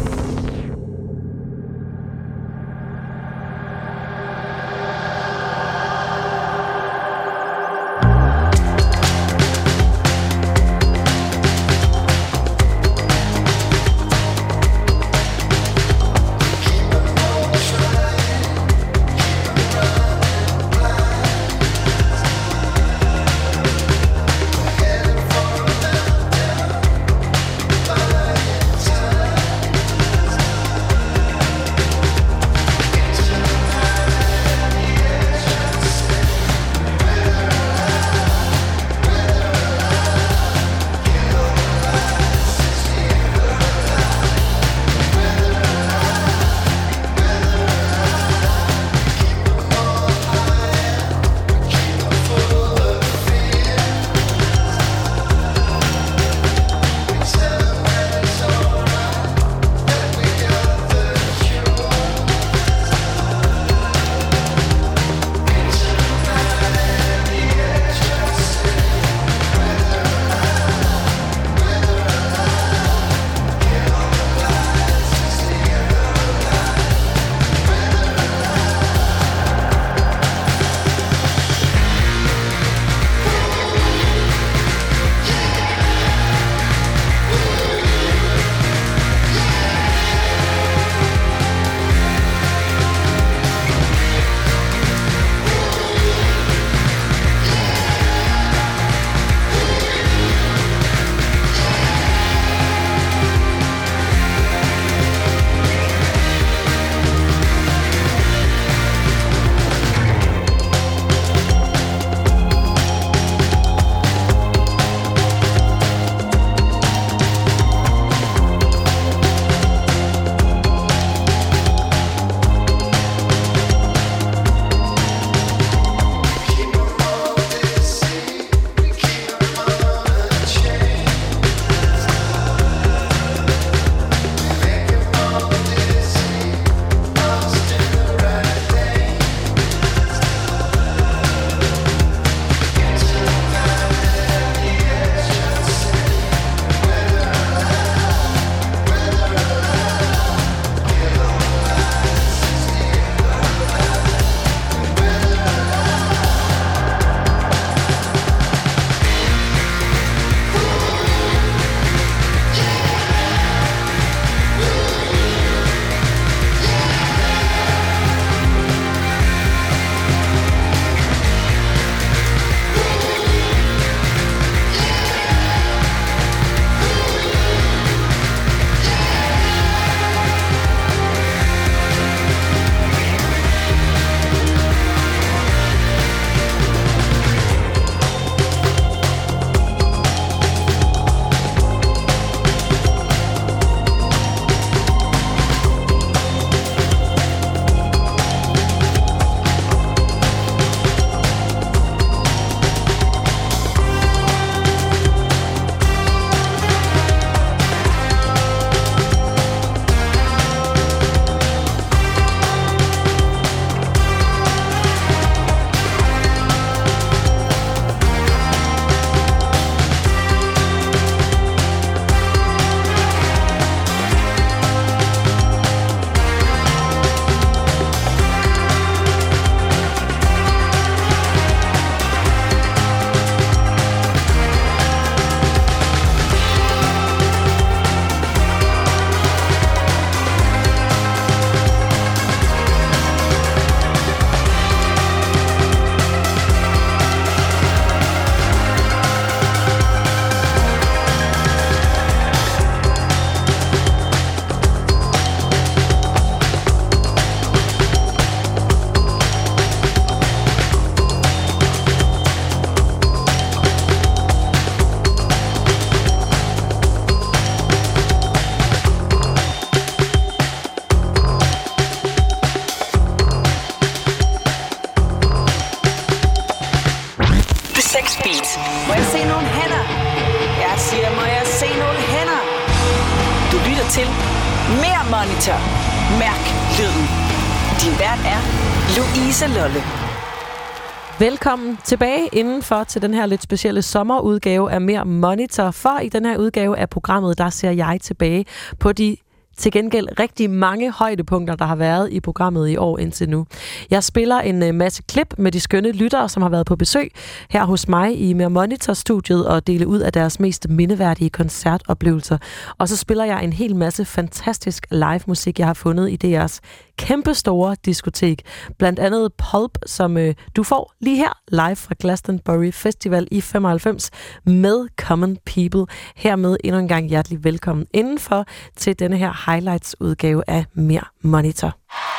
til Mere Monitor. Mærk lyden. Din vært er Louise Lolle. Velkommen tilbage indenfor til den her lidt specielle sommerudgave af Mere Monitor. For i den her udgave af programmet, der ser jeg tilbage på de til gengæld rigtig mange højdepunkter, der har været i programmet i år indtil nu. Jeg spiller en masse klip med de skønne lyttere, som har været på besøg her hos mig i Mere Monitor-studiet og dele ud af deres mest mindeværdige koncertoplevelser. Og så spiller jeg en hel masse fantastisk live-musik, jeg har fundet i deres kæmpestore diskotek. Blandt andet Pulp, som du får lige her live fra Glastonbury Festival i 95 med Common People. Hermed endnu en gang hjertelig velkommen indenfor til denne her highlights-udgave af Mere Monitor.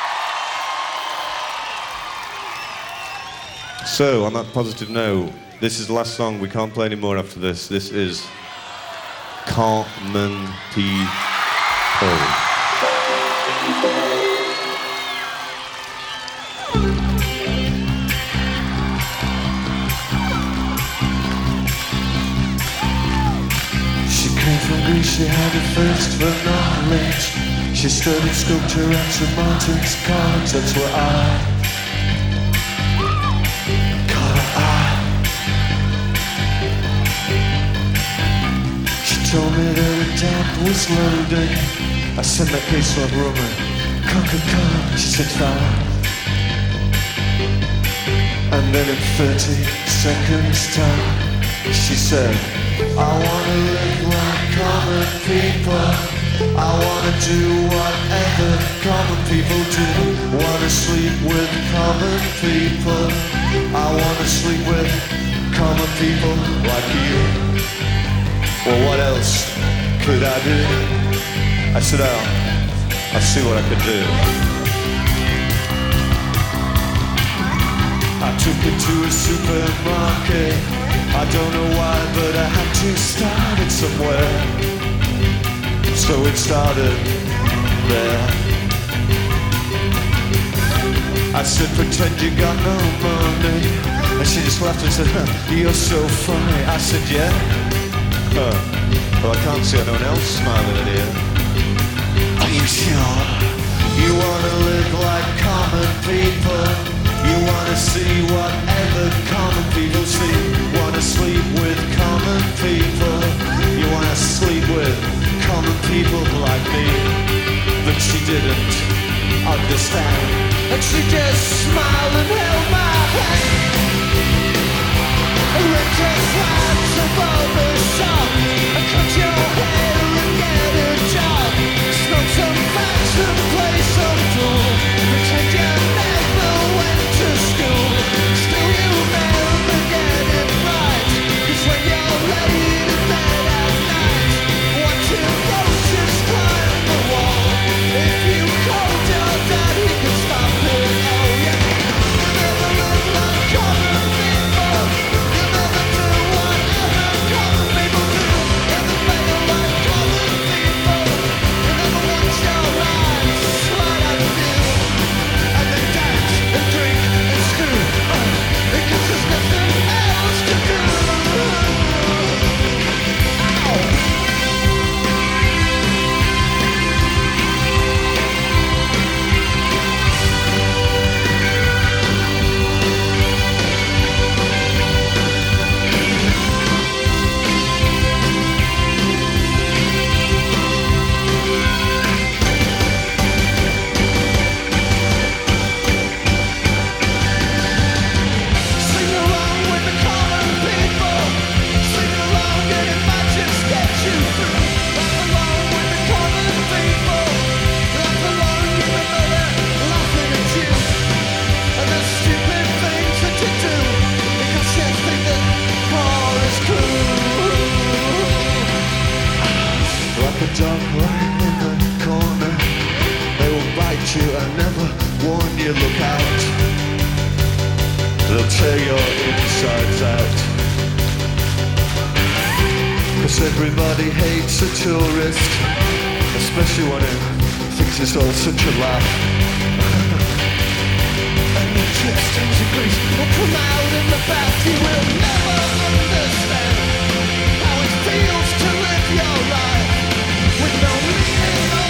So, on that positive note, this is the last song. We can't play any more after this. This is Common People. She had a thirst for knowledge. She studied sculpture at St. Martin's College. That's where I caught her eye. She told me that the damp was loading. I said that case of rumor. Coca-Cola, she said fine. And then in 30 seconds time, she said, I wanna live like common people. I wanna do whatever common people do. Wanna sleep with common people. I wanna sleep with common people like you. Well, what else could I do? I said, I'll see what I could do. I took her to a supermarket. I don't know why, but I had to start it somewhere. So it started there. I said, pretend you got no money. And she just laughed and said, you're so funny. I said, yeah? Well, I can't see anyone else smiling at you. Are you sure? You wanna live like common people. You wanna see whatever common people see. Wanna sleep with common people. You wanna sleep with common people like me. But she didn't understand. And she just smiled and held my hand. Ripped her flaps above the shop. And cut your hair and get a job. Smoke some facts and play some pool. Pretend you never went to school. Still you never get it right. 'Cause when you're laid in bed at night, what you wrote just climb the wall. If you called your dad, he could stop it. Oh yeah. You never live like common people. You never do whatever common people do. Never fail like common people. You never want your life slide out of you. And then dance and drink and screw. Because there's nothing else to do. Sing along with the common people. Sing along and it might just get you through. Laugh along with the common people. Laugh along, you know they're laughing at you. And the stupid things that you do. Because you think that all is cool. Like a dog lying in the corner. They will bite you and never warn you, look out. They'll tear your insides out. 'Cause everybody hates a tourist. Especially when it thinks it's all such a laugh. And the tricksters and grease will come out in the bath. You will never understand how it feels to live your life with no meaning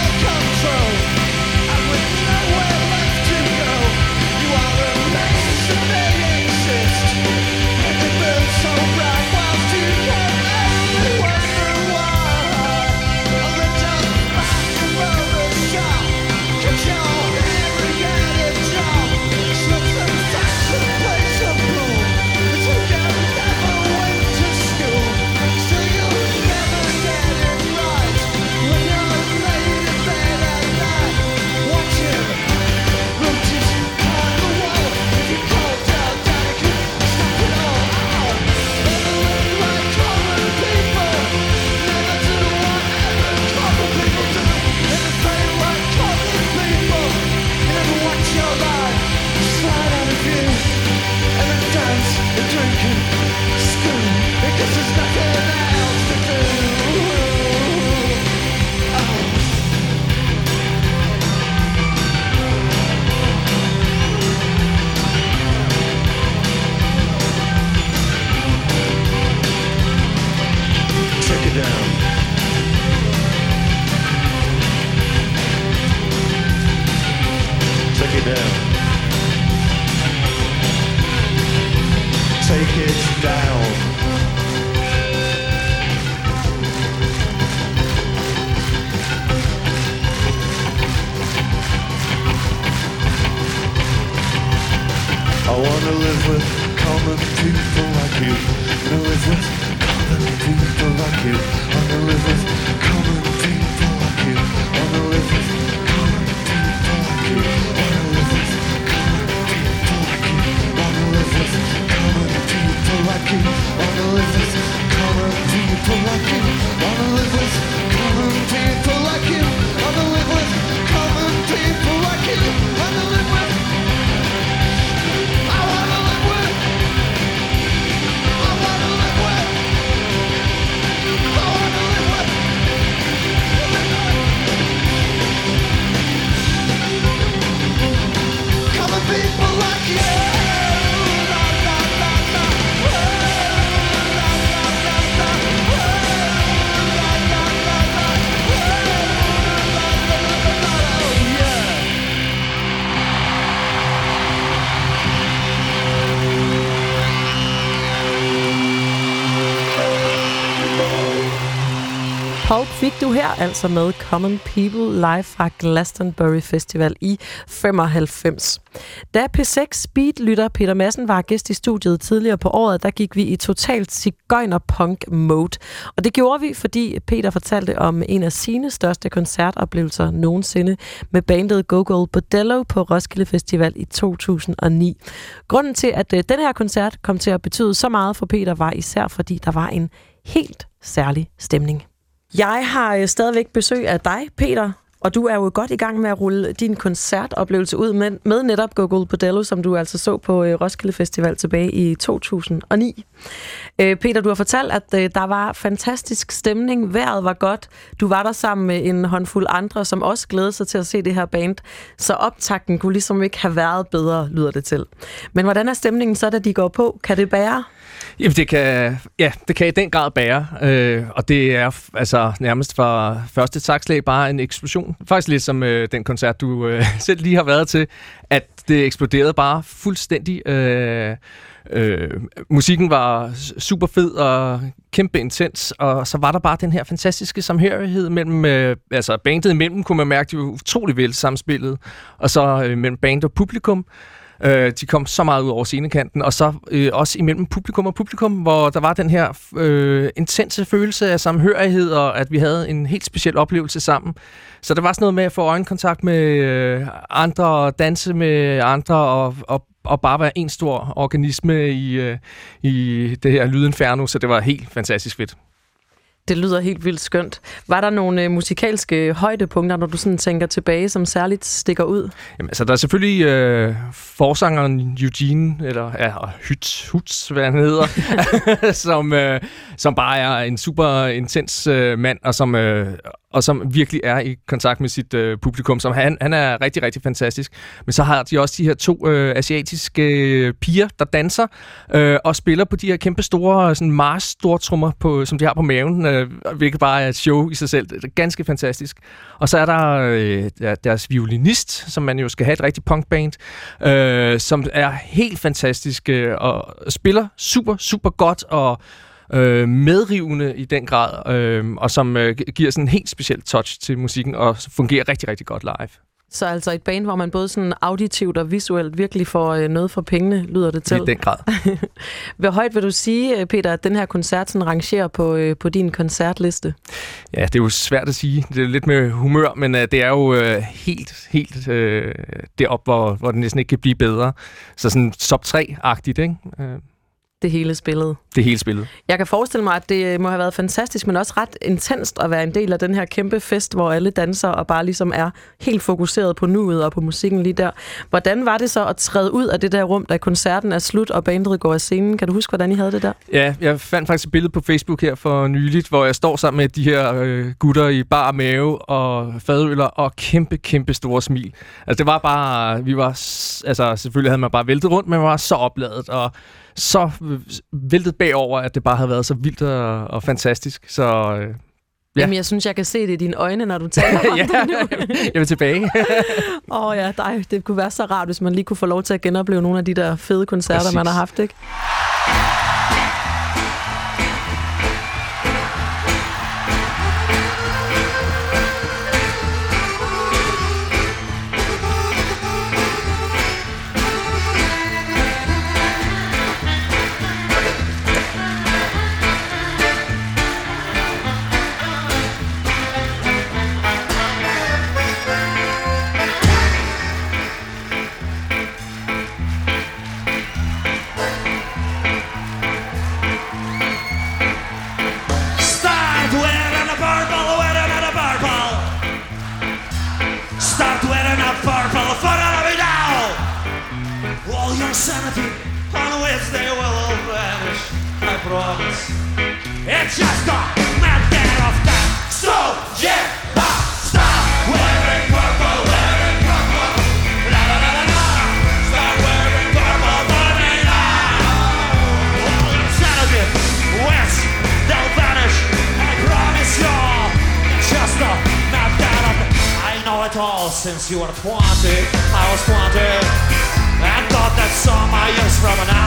Wanna live with common people like you. Wanna live with common people like you. Wanna live with common people like you. Wanna live with common people like you. Wanna live with common people like you. Wanna live with common people like you. Wanna live with common people like you. Wanna live with common people like you. Wanna live with common people like you. Wanna live with. I wanna live with. I wanna live with. I wanna live with. Common people like you. Pulp fik du her altså med Common People live fra Glastonbury Festival i 95. Da P6 Speed-lytter Peter Madsen var gæst i studiet tidligere på året, der gik vi i totalt sigøjner-punk-mode. Og det gjorde vi, fordi Peter fortalte om en af sine største koncertoplevelser nogensinde med bandet Gogol Bordello på Roskilde Festival i 2009. Grunden til, at den her koncert kom til at betyde så meget for Peter, var især fordi der var en helt særlig stemning. Jeg har stadigvæk besøg af dig, Peter, og du er jo godt i gang med at rulle din koncertoplevelse ud med netop Gogol Bordello, som du altså så på Roskilde Festival tilbage i 2009. Peter, du har fortalt, at der var fantastisk stemning, vejret var godt, du var der sammen med en håndfuld andre, som også glædede sig til at se det her band, så optakten kunne ligesom ikke have været bedre, lyder det til. Men hvordan er stemningen så, da de går på? Kan det bære? Jamen, det kan i den grad bære, og det er altså nærmest fra første takslag bare en eksplosion. Faktisk lidt som den koncert, du selv lige har været til, at det eksploderede bare fuldstændig. Musikken var super fed og kæmpe intens, og så var der bare den her fantastiske samhørighed mellem, altså bandet imellem kunne man mærke, de var utrolig vel samspillet, og så mellem band og publikum. De kom så meget ud over scenekanten, og så også imellem publikum og publikum, hvor der var den her intense følelse af samhørighed, og at vi havde en helt speciel oplevelse sammen. Så der var sådan noget med at få øjenkontakt med andre, og danse med andre, og bare være en stor organisme i det her lydinferno, så det var helt fantastisk fedt. Det lyder helt vildt skønt. Var der nogle musikalske højdepunkter, når du sådan tænker tilbage, som særligt stikker ud? Jamen, altså, der er selvfølgelig forsangeren Eugene, eller Hutz, hvad han hedder, som bare er en super intens mand, og som virkelig er i kontakt med sit publikum. Som han er rigtig, rigtig fantastisk. Men så har de også de her to asiatiske piger, der danser og spiller på de her kæmpe store sådan Mars-stortrummer, som de har på maven, hvilket bare er et show i sig selv. Det er ganske fantastisk. Og så er der deres violinist, som man jo skal have et rigtig punkband, som er helt fantastisk og spiller super, super godt og medrivende i den grad, og som giver sådan en helt speciel touch til musikken og fungerer rigtig, rigtig godt live. Så altså et band, hvor man både sådan auditivt og visuelt virkelig får noget for pengene, lyder det til. I den grad. Hvor højt vil du sige, Peter, at den her koncert sådan rangerer på din koncertliste? Ja, det er jo svært at sige. Det er lidt med humør, men det er jo helt deroppe, hvor det næsten ikke kan blive bedre. Så sådan top 3-agtigt, ikke? Det hele spillet. Det hele spillet. Jeg kan forestille mig, at det må have været fantastisk, men også ret intenst at være en del af den her kæmpe fest, hvor alle danser og bare ligesom er helt fokuseret på nuet og på musikken lige der. Hvordan var det så at træde ud af det der rum, da koncerten er slut og bandet går af scenen? Kan du huske, hvordan I havde det der? Ja, jeg fandt faktisk et billede på Facebook her for nyligt, hvor jeg står sammen med de her gutter i bar mave og fadøller og kæmpe store smil. Altså det var bare, altså selvfølgelig havde man bare væltet rundt, men man var så opladet og så væltet bagover, at det bare havde været så vildt og fantastisk. Så ja. Jamen, jeg synes, jeg kan se det i dine øjne, når du taler om det nu. Jeg vil tilbage. Det kunne være så rart, hvis man lige kunne få lov til at genopleve nogle af de der fede koncerter, præcis, man har haft, ikke? sanity on which they will all vanish. I promise. It's just a matter of time. So yeah, stop wearing purple, wearing purple. La la la la la. Start wearing purple for me now. All your sanity, west, they'll vanish. I promise you. It's just a matter of time. I know it all since you were 20. I was 20. And thought that some my years from now.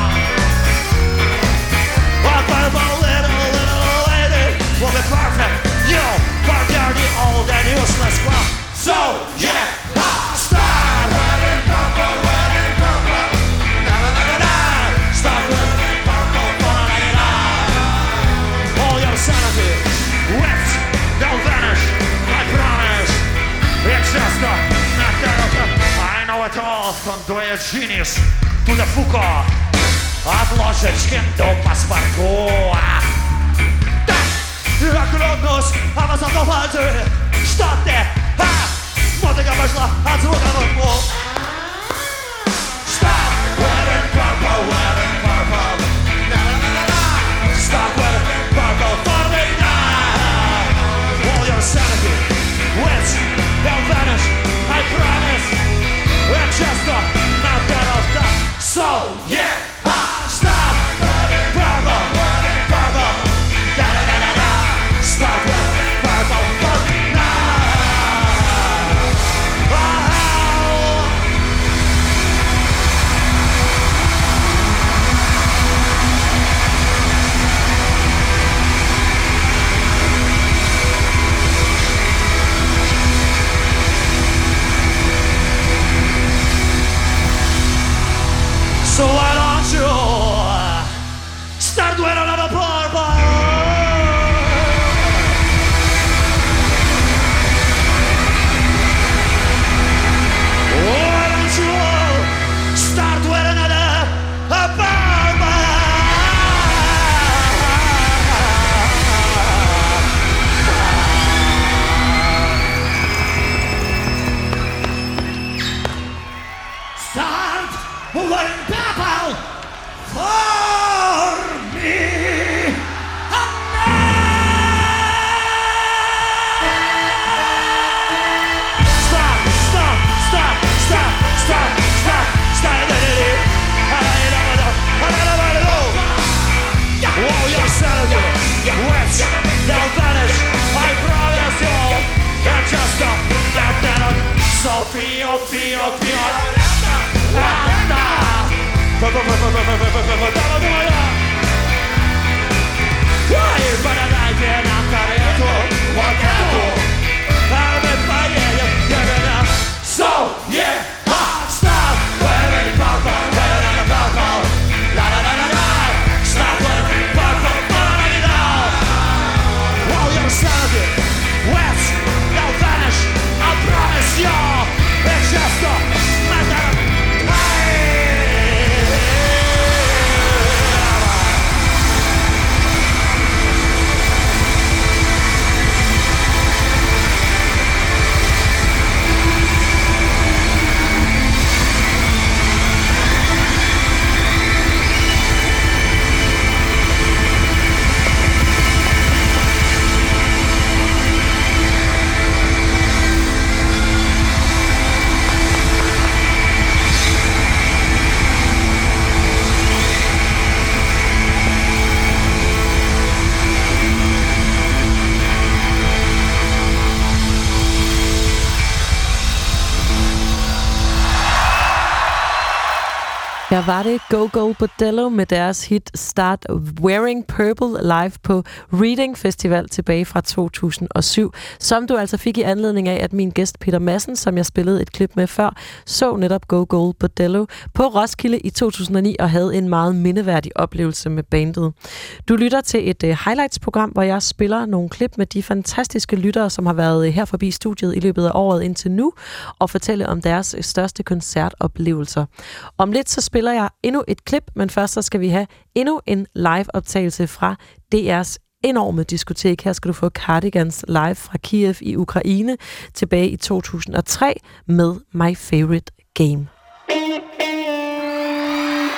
But purple little lady will be perfect. You are dirty, old and useless crap. So yeah, start wearing purple, wearing purple. Na na na na na. Start wearing purple for a night. All your sanity, wet, they'll vanish. I promise. It's just a matter of time. I know it all from Diogenes to the Foucault. От ложечки до паспорту. Я клянусь, а вас одновальцы. Что ты? Музыка пошла от звука в пол. Stop wearing purple, wearing purple. Na-na-na-na-na. Stop wearing purple for me now. All your sanity, which they'll vanish, I promise. It's just a matter of time. So yeah, stop wearing purple, wearing purple. Da-da-da-da-da. Stop wearing purple for me now. So why don't you start wearing another purple? Why don't you start wearing another purple? Start wearing purple for me. Stop, stop, stop, stop, stop, stop, stop. Whoa, you're sanity, wet, they'll vanish. I promise you, they're just a matter. So feel. So yeah, stop wearing purple, wearing purple. La la la la la. Stop wearing purple, burning it out. While you're sanity, wet, they'll vanish. I promise you, it's just a matter of time. Her var det Go Bordello med deres hit Start Wearing Purple live på Reading Festival tilbage fra 2007, som du altså fik i anledning af, at min gæst Peter Madsen, som jeg spillede et klip med før, så netop Go Bordello på Roskilde i 2009 og havde en meget mindeværdig oplevelse med bandet. Du lytter til et highlights-program, hvor jeg spiller nogle klip med de fantastiske lyttere, som har været her forbi studiet i løbet af året indtil nu, og fortælle om deres største koncertoplevelser. Om lidt så spiller jeg endnu et klip, men først så skal vi have endnu en live-optagelse fra DR's enorme diskotek. Her skal du få Cardigans live fra Kiev i Ukraine tilbage i 2003 med My Favorite Game.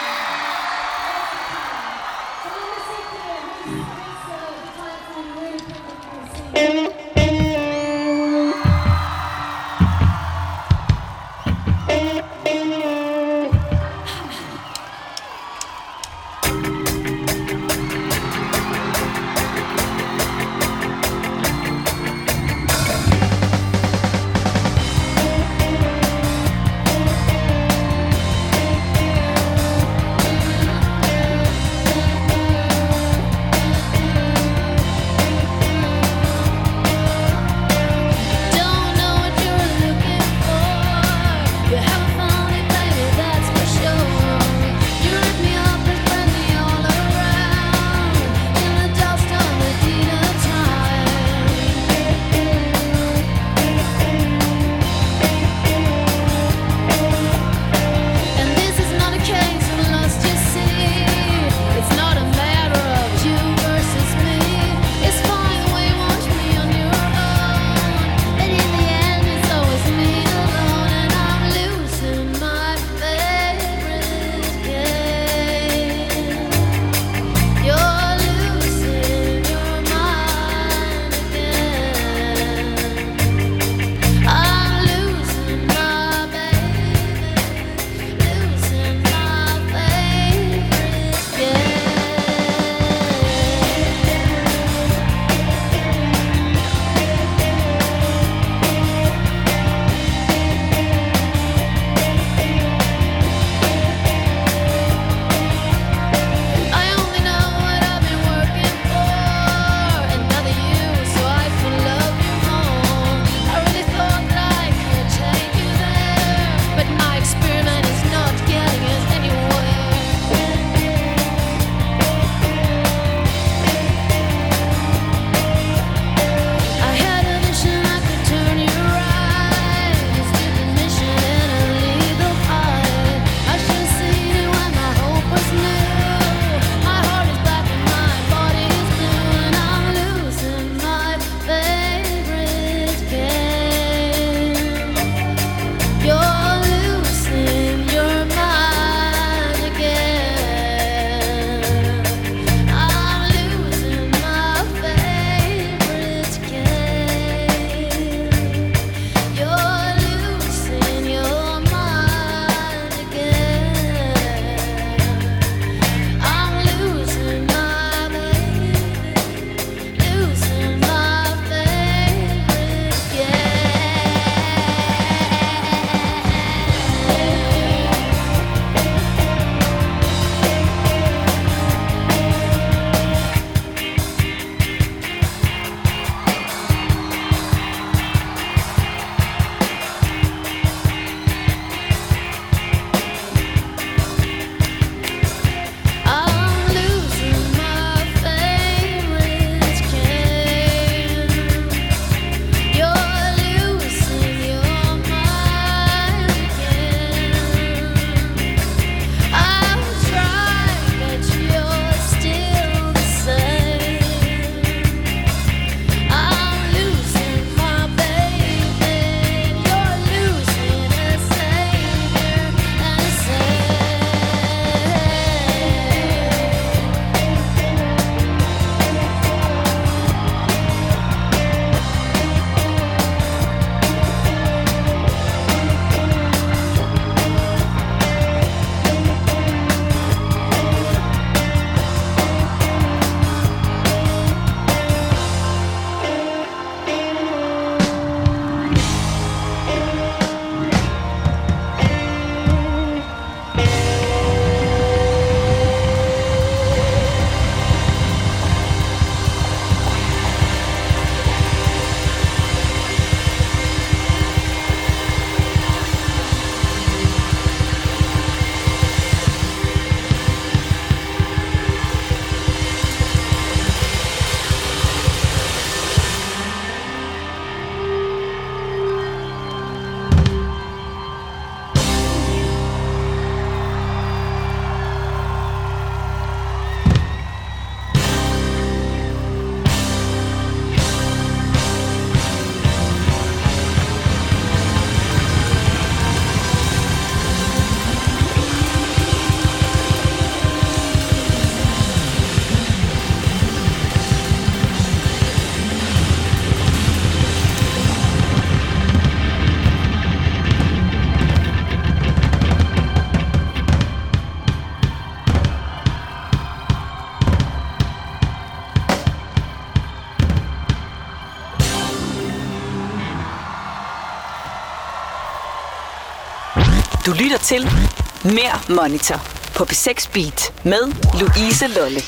Du lytter til Mere Monitor på P6 Beat med Louise Lolle.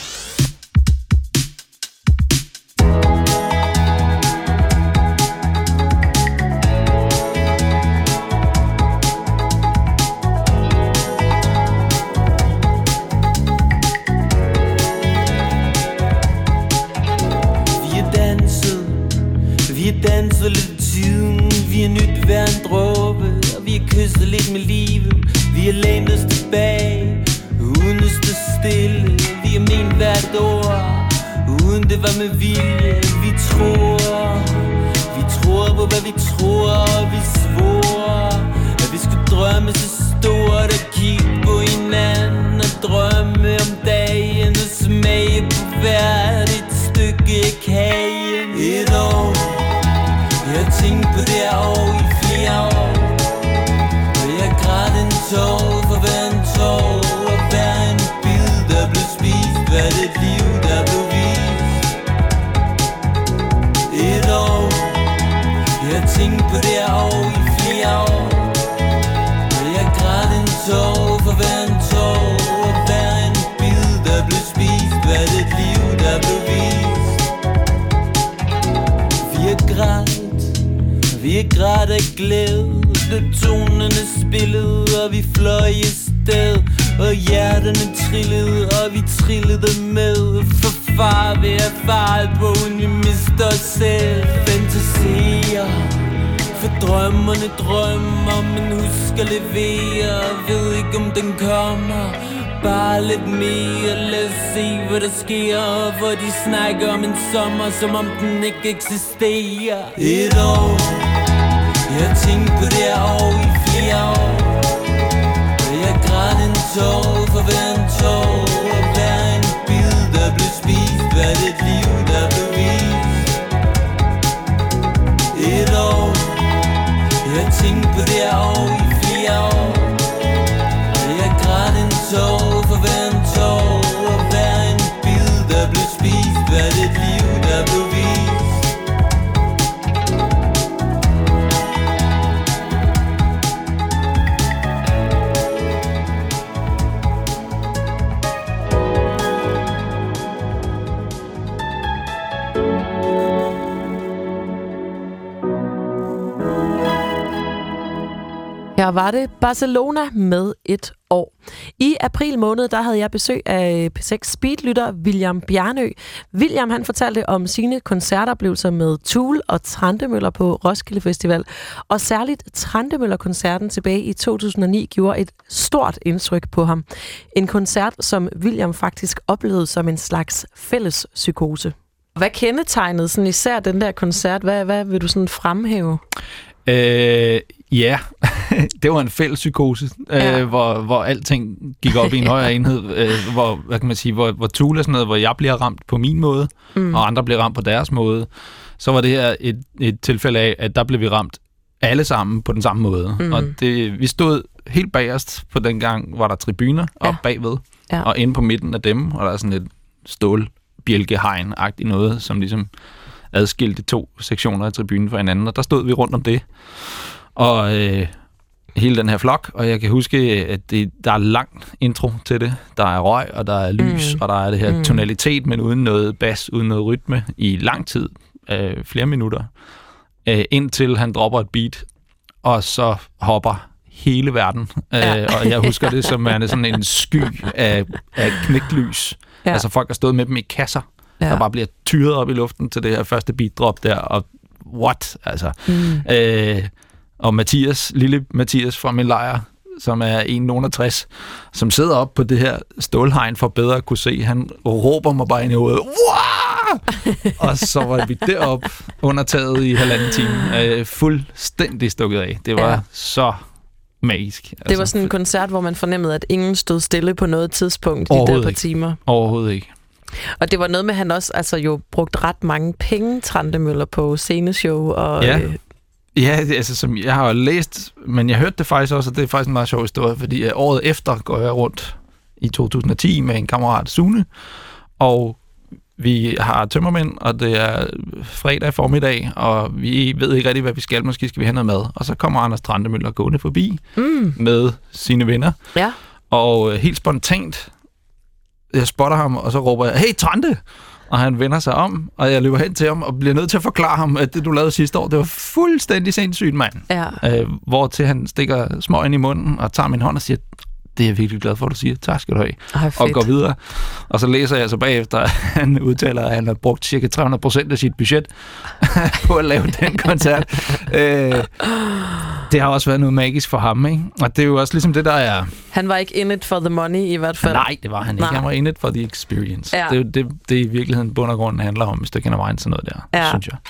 Vi har danset lidt tiden, vi har nydt hver en dråbe, og vi har kysset lidt med livet. Vi har lænet os tilbage, uden at stå stille. Vi har ment hvert ord, uden det var med vilje. Vi tror på hvad vi tror, og vi svor, at vi skulle drømme så stort og kigge på hinanden og drømme om dagen og smage på hvert et stykke kagen. Et år, jeg har tænkt på det her år i flere år, og jeg græd en tår for hver en tår, og hver en bid, der blev spist, hvert et liv, der blev vist. Et år, jeg har tænkt på det her år i flere år, og jeg græd en tår for hver en tår, og hver en bid, der blev spist, hvert et liv, der blev vist. Vi har grædt, vi har grædt af glæde, da tonerne spillede, og vi fløj i sted, og hjerterne trillede, og vi trillede med. For far ved at fare på, vi mister os selv. Fantasier, for drømmerne drømmer, men husk at levere. Ved ikke om den kommer, bare lidt mere. Lad os se hvad der sker, for de snakker om en sommer, som om den ikke eksisterer. Et år, jeg har tænkt på det her år i flere år, og jeg græd en tår for hver en tår, og hver en bid, der blev spist, hvert et liv, der blev vist. Et år, jeg har tænkt på det her år i flere år, og jeg græd en tår for hver en tår, og hver en bid, der blev spist, hvert et liv, der blev vist. Her var det Barcelona med et år. I april måned, der havde jeg besøg af P6 Speedlytter William Bjarnø. William, han fortalte om sine koncertoplevelser med Tool og Trantemøller på Roskilde Festival. Og særligt Trantemøller-koncerten tilbage i 2009 gjorde et stort indtryk på ham. En koncert, som William faktisk oplevede som en slags fælles psykose. Hvad kendetegnede sådan især den der koncert? Hvad vil du sådan fremhæve? Ja, det var en fælles psykose, hvor alting gik op i en højere enhed, hvor, hvad kan man sige, hvor Tool er sådan noget, hvor jeg bliver ramt på min måde, og andre bliver ramt på deres måde. Så var det her et tilfælde af, at der blev vi ramt alle sammen på den samme måde. Og vi stod helt bagerst på den gang, var der tribuner op bagved, og inde på midten af dem, og der er sådan et stålbjælkehegn-agtigt noget, som ligesom adskilte 2 sektioner af tribunen fra hinanden, og der stod vi rundt om det. Og hele den her flok, og jeg kan huske, at der er lang intro til det. Der er røg, og der er lys, og der er det her tonalitet, men uden noget bas, uden noget rytme, i lang tid, flere minutter, indtil han dropper et beat, og så hopper hele verden. Og jeg husker det som sådan en sky af knæklys. Altså folk har stået med dem i kasser, der bare bliver tyret op i luften til det her første beat-drop der, og what? Altså. Og lille Mathias fra min lejr, som er 1,60, som sidder op på det her stålhegn for bedre at kunne se, han råber mig bare ind i hovedet, og så var vi deroppe under taget i 1,5 time, fuldstændig stukket af. Det var så magisk. Det var sådan en koncert, hvor man fornemmede, at ingen stod stille på noget tidspunkt i de der par timer. Overhovedet ikke. Og det var noget med, at han også jo brugt ret mange penge, Trantemøller, på sceneshow. Og, ja, altså som jeg har læst, men jeg hørte det faktisk også, og det er faktisk en meget sjov historie, fordi året efter går jeg rundt i 2010 med en kammerat, Sune, og vi har tømmermænd, og det er fredag formiddag, og vi ved ikke rigtig, hvad vi skal. Måske skal vi have noget mad. Og så kommer Anders Trantemøller gående forbi med sine venner. Ja. Og helt spontant, jeg spotter ham, og så råber jeg, hey Trante! Og han vender sig om, og jeg løber hen til ham og bliver nødt til at forklare ham, at det, du lavede sidste år, det var fuldstændig sindssygt, mand. Ja. Hvor til han stikker smøgen i munden og tager min hånd og siger, det er jeg virkelig glad for, at du siger. Tak skal du have. Og går videre. Og så læser jeg så bagefter, at han udtaler, at han har brugt cirka 300% af sit budget på at lave den koncert. Det har også været noget magisk for ham, ikke? Og det er jo også ligesom det, der er... Han var ikke in it for the money i hvert fald. Nej, det var han ikke. Han var in it for the experience. Ja. Det er jo det i virkeligheden bund og grund handler om, hvis der kan vejen sådan noget der, synes jeg.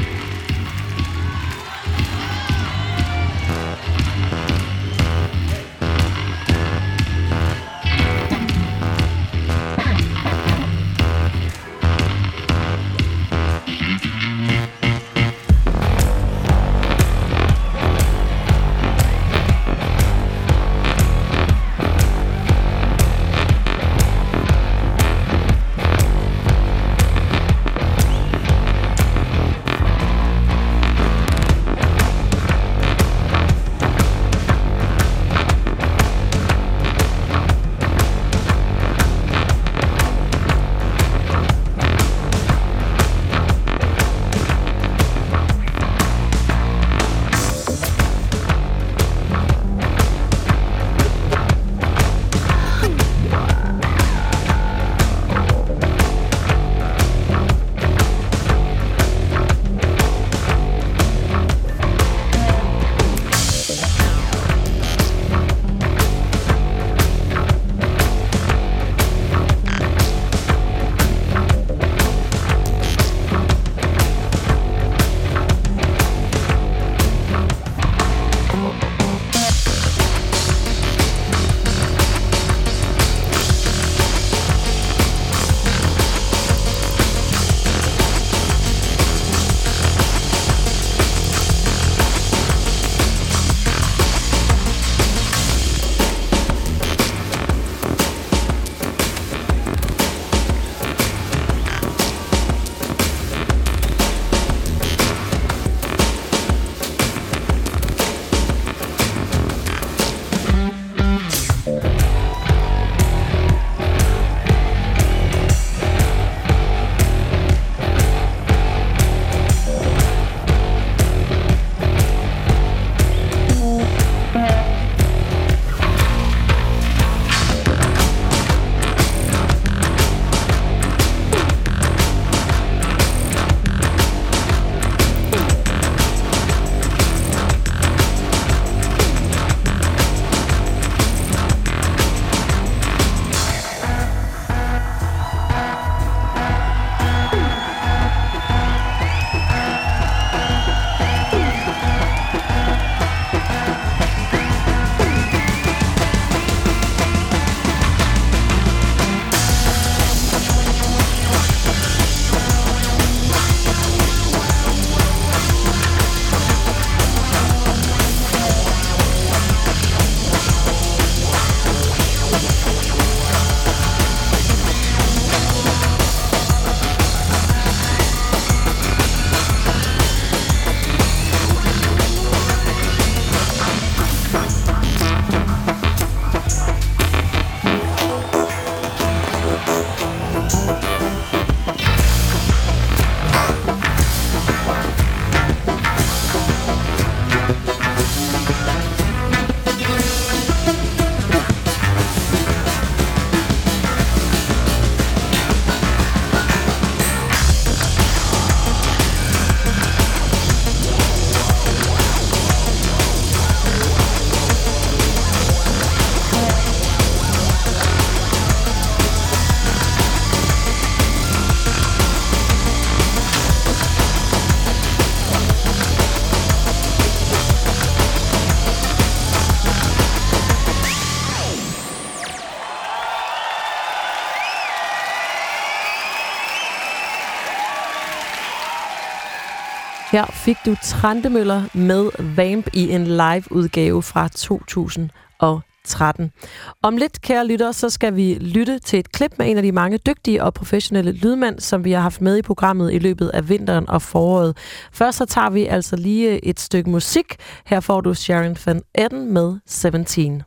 Her fik du Trantemøller med Vamp i en live-udgave fra 2010. 13. Om lidt, kære lytter, så skal vi lytte til et klip med en af de mange dygtige og professionelle lydmænd, som vi har haft med i programmet i løbet af vinteren og foråret. Først så tager vi altså lige et stykke musik. Her får du Sharon Van Etten med 17.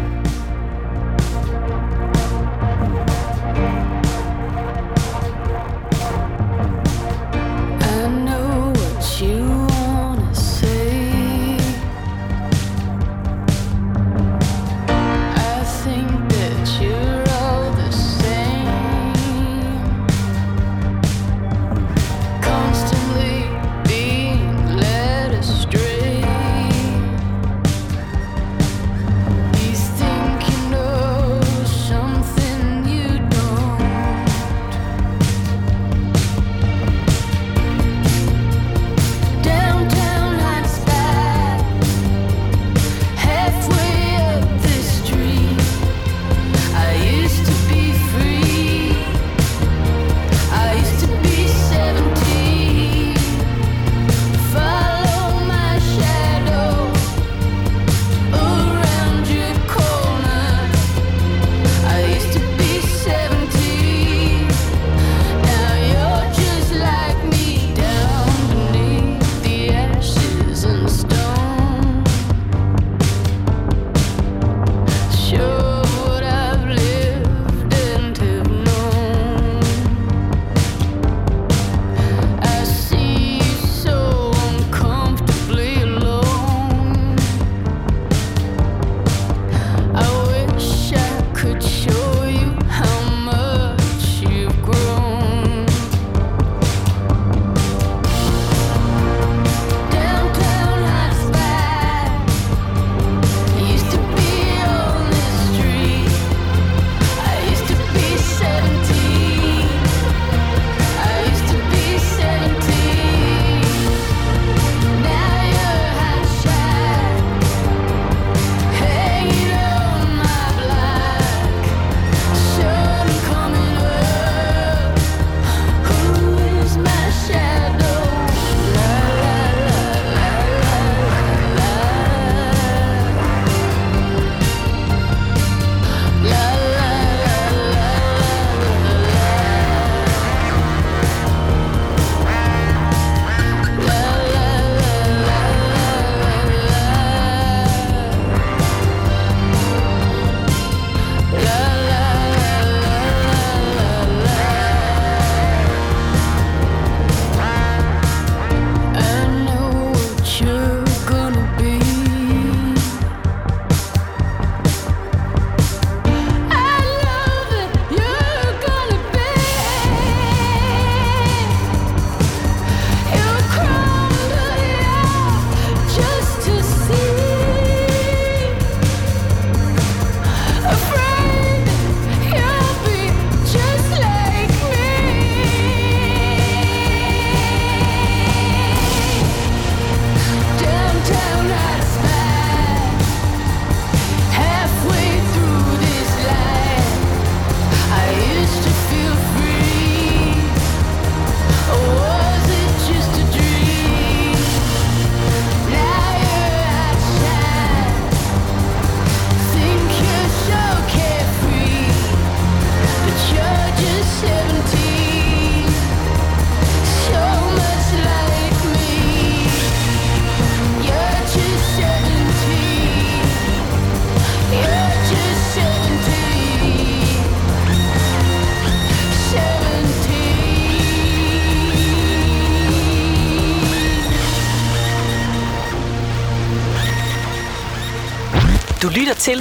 Du lytter til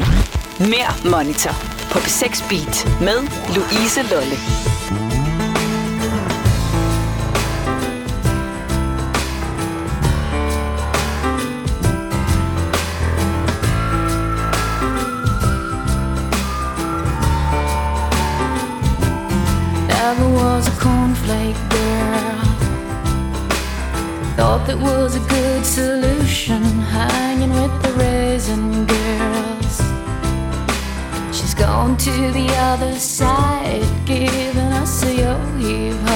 Mere Monitor på P6 Beat med Louise Lolle. Never was a cornflake girl. Thought that was a good solution, hanging with the raisin girls. She's gone to the other side, giving us a yo-yo.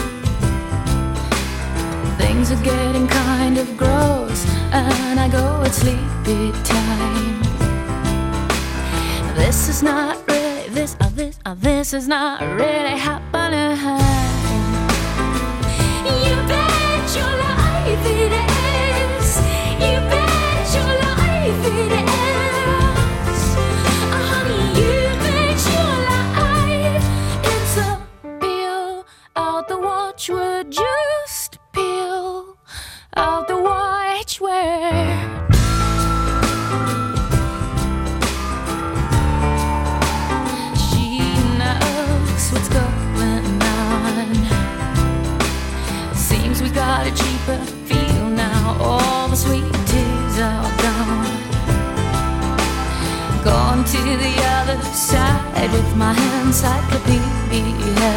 Things are getting kind of gross, and I go at sleepy time. is not really this is not really happening. You bet your life it is. You bet your life it is. Honey, you bet your life it's a peel out the watchword, just peel out the watchword. What's going on? Seems we got a cheaper feel now. All the sweet teas are gone. Gone to the other side with my encyclopedia.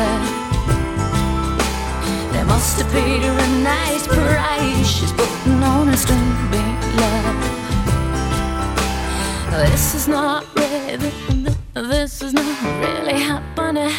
They must have paid her a nice price. She's putting on a string big love. This is not really, this is not really happening.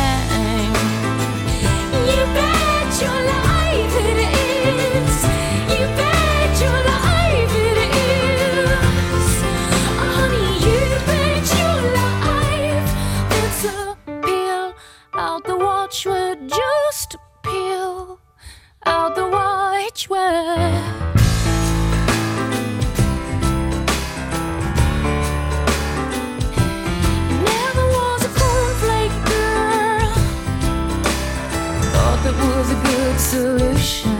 You bet your life it is. You bet your life it is. Honey, you bet your life it's a peel out the watchword, just peel out the watchword. That was a good solution.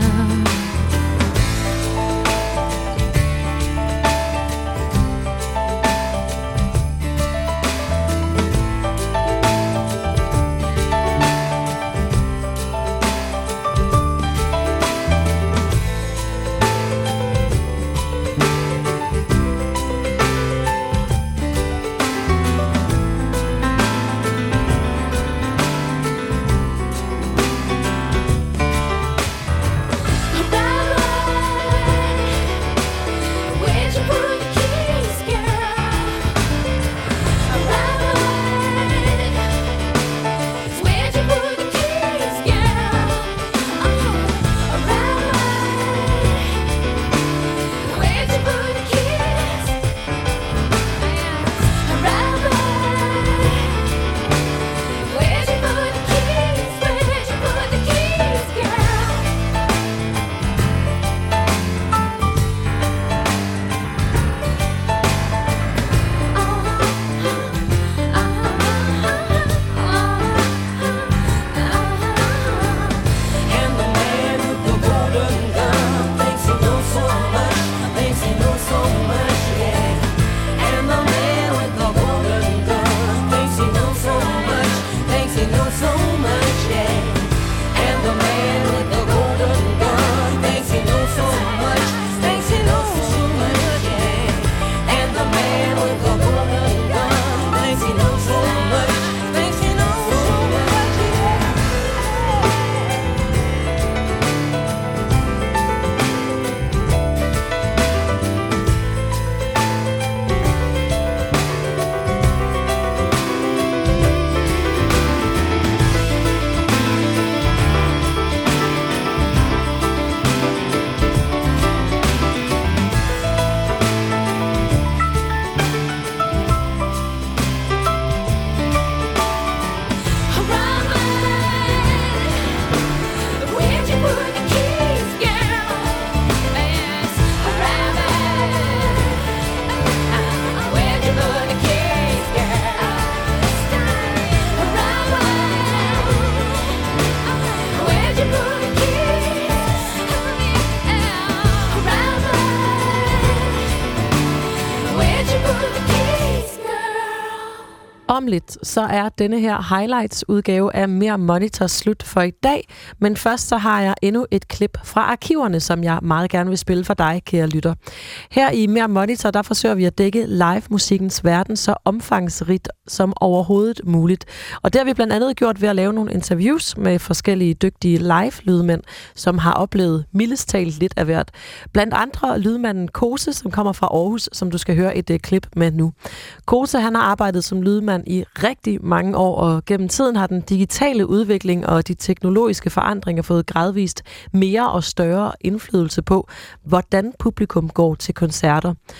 Om lidt, så er denne her highlights-udgave af Mere Monitor slut for i dag. Men først så har jeg endnu et klip fra arkiverne, som jeg meget gerne vil spille for dig, kære lytter. Her i Mere Monitor, der forsøger vi at dække live-musikkens verden så omfangsrigt som overhovedet muligt. Og det har vi blandt andet gjort ved at lave nogle interviews med forskellige dygtige live-lydmænd, som har oplevet mildest talt lidt af hvert. Blandt andre lydmanden Kose, som kommer fra Aarhus, som du skal høre et klip med nu. Kose, han har arbejdet som lydmand i rigtig mange år, og gennem tiden har den digitale udvikling og de teknologiske forandringer fået gradvist mere og større indflydelse på, hvordan publikum går til koncerter.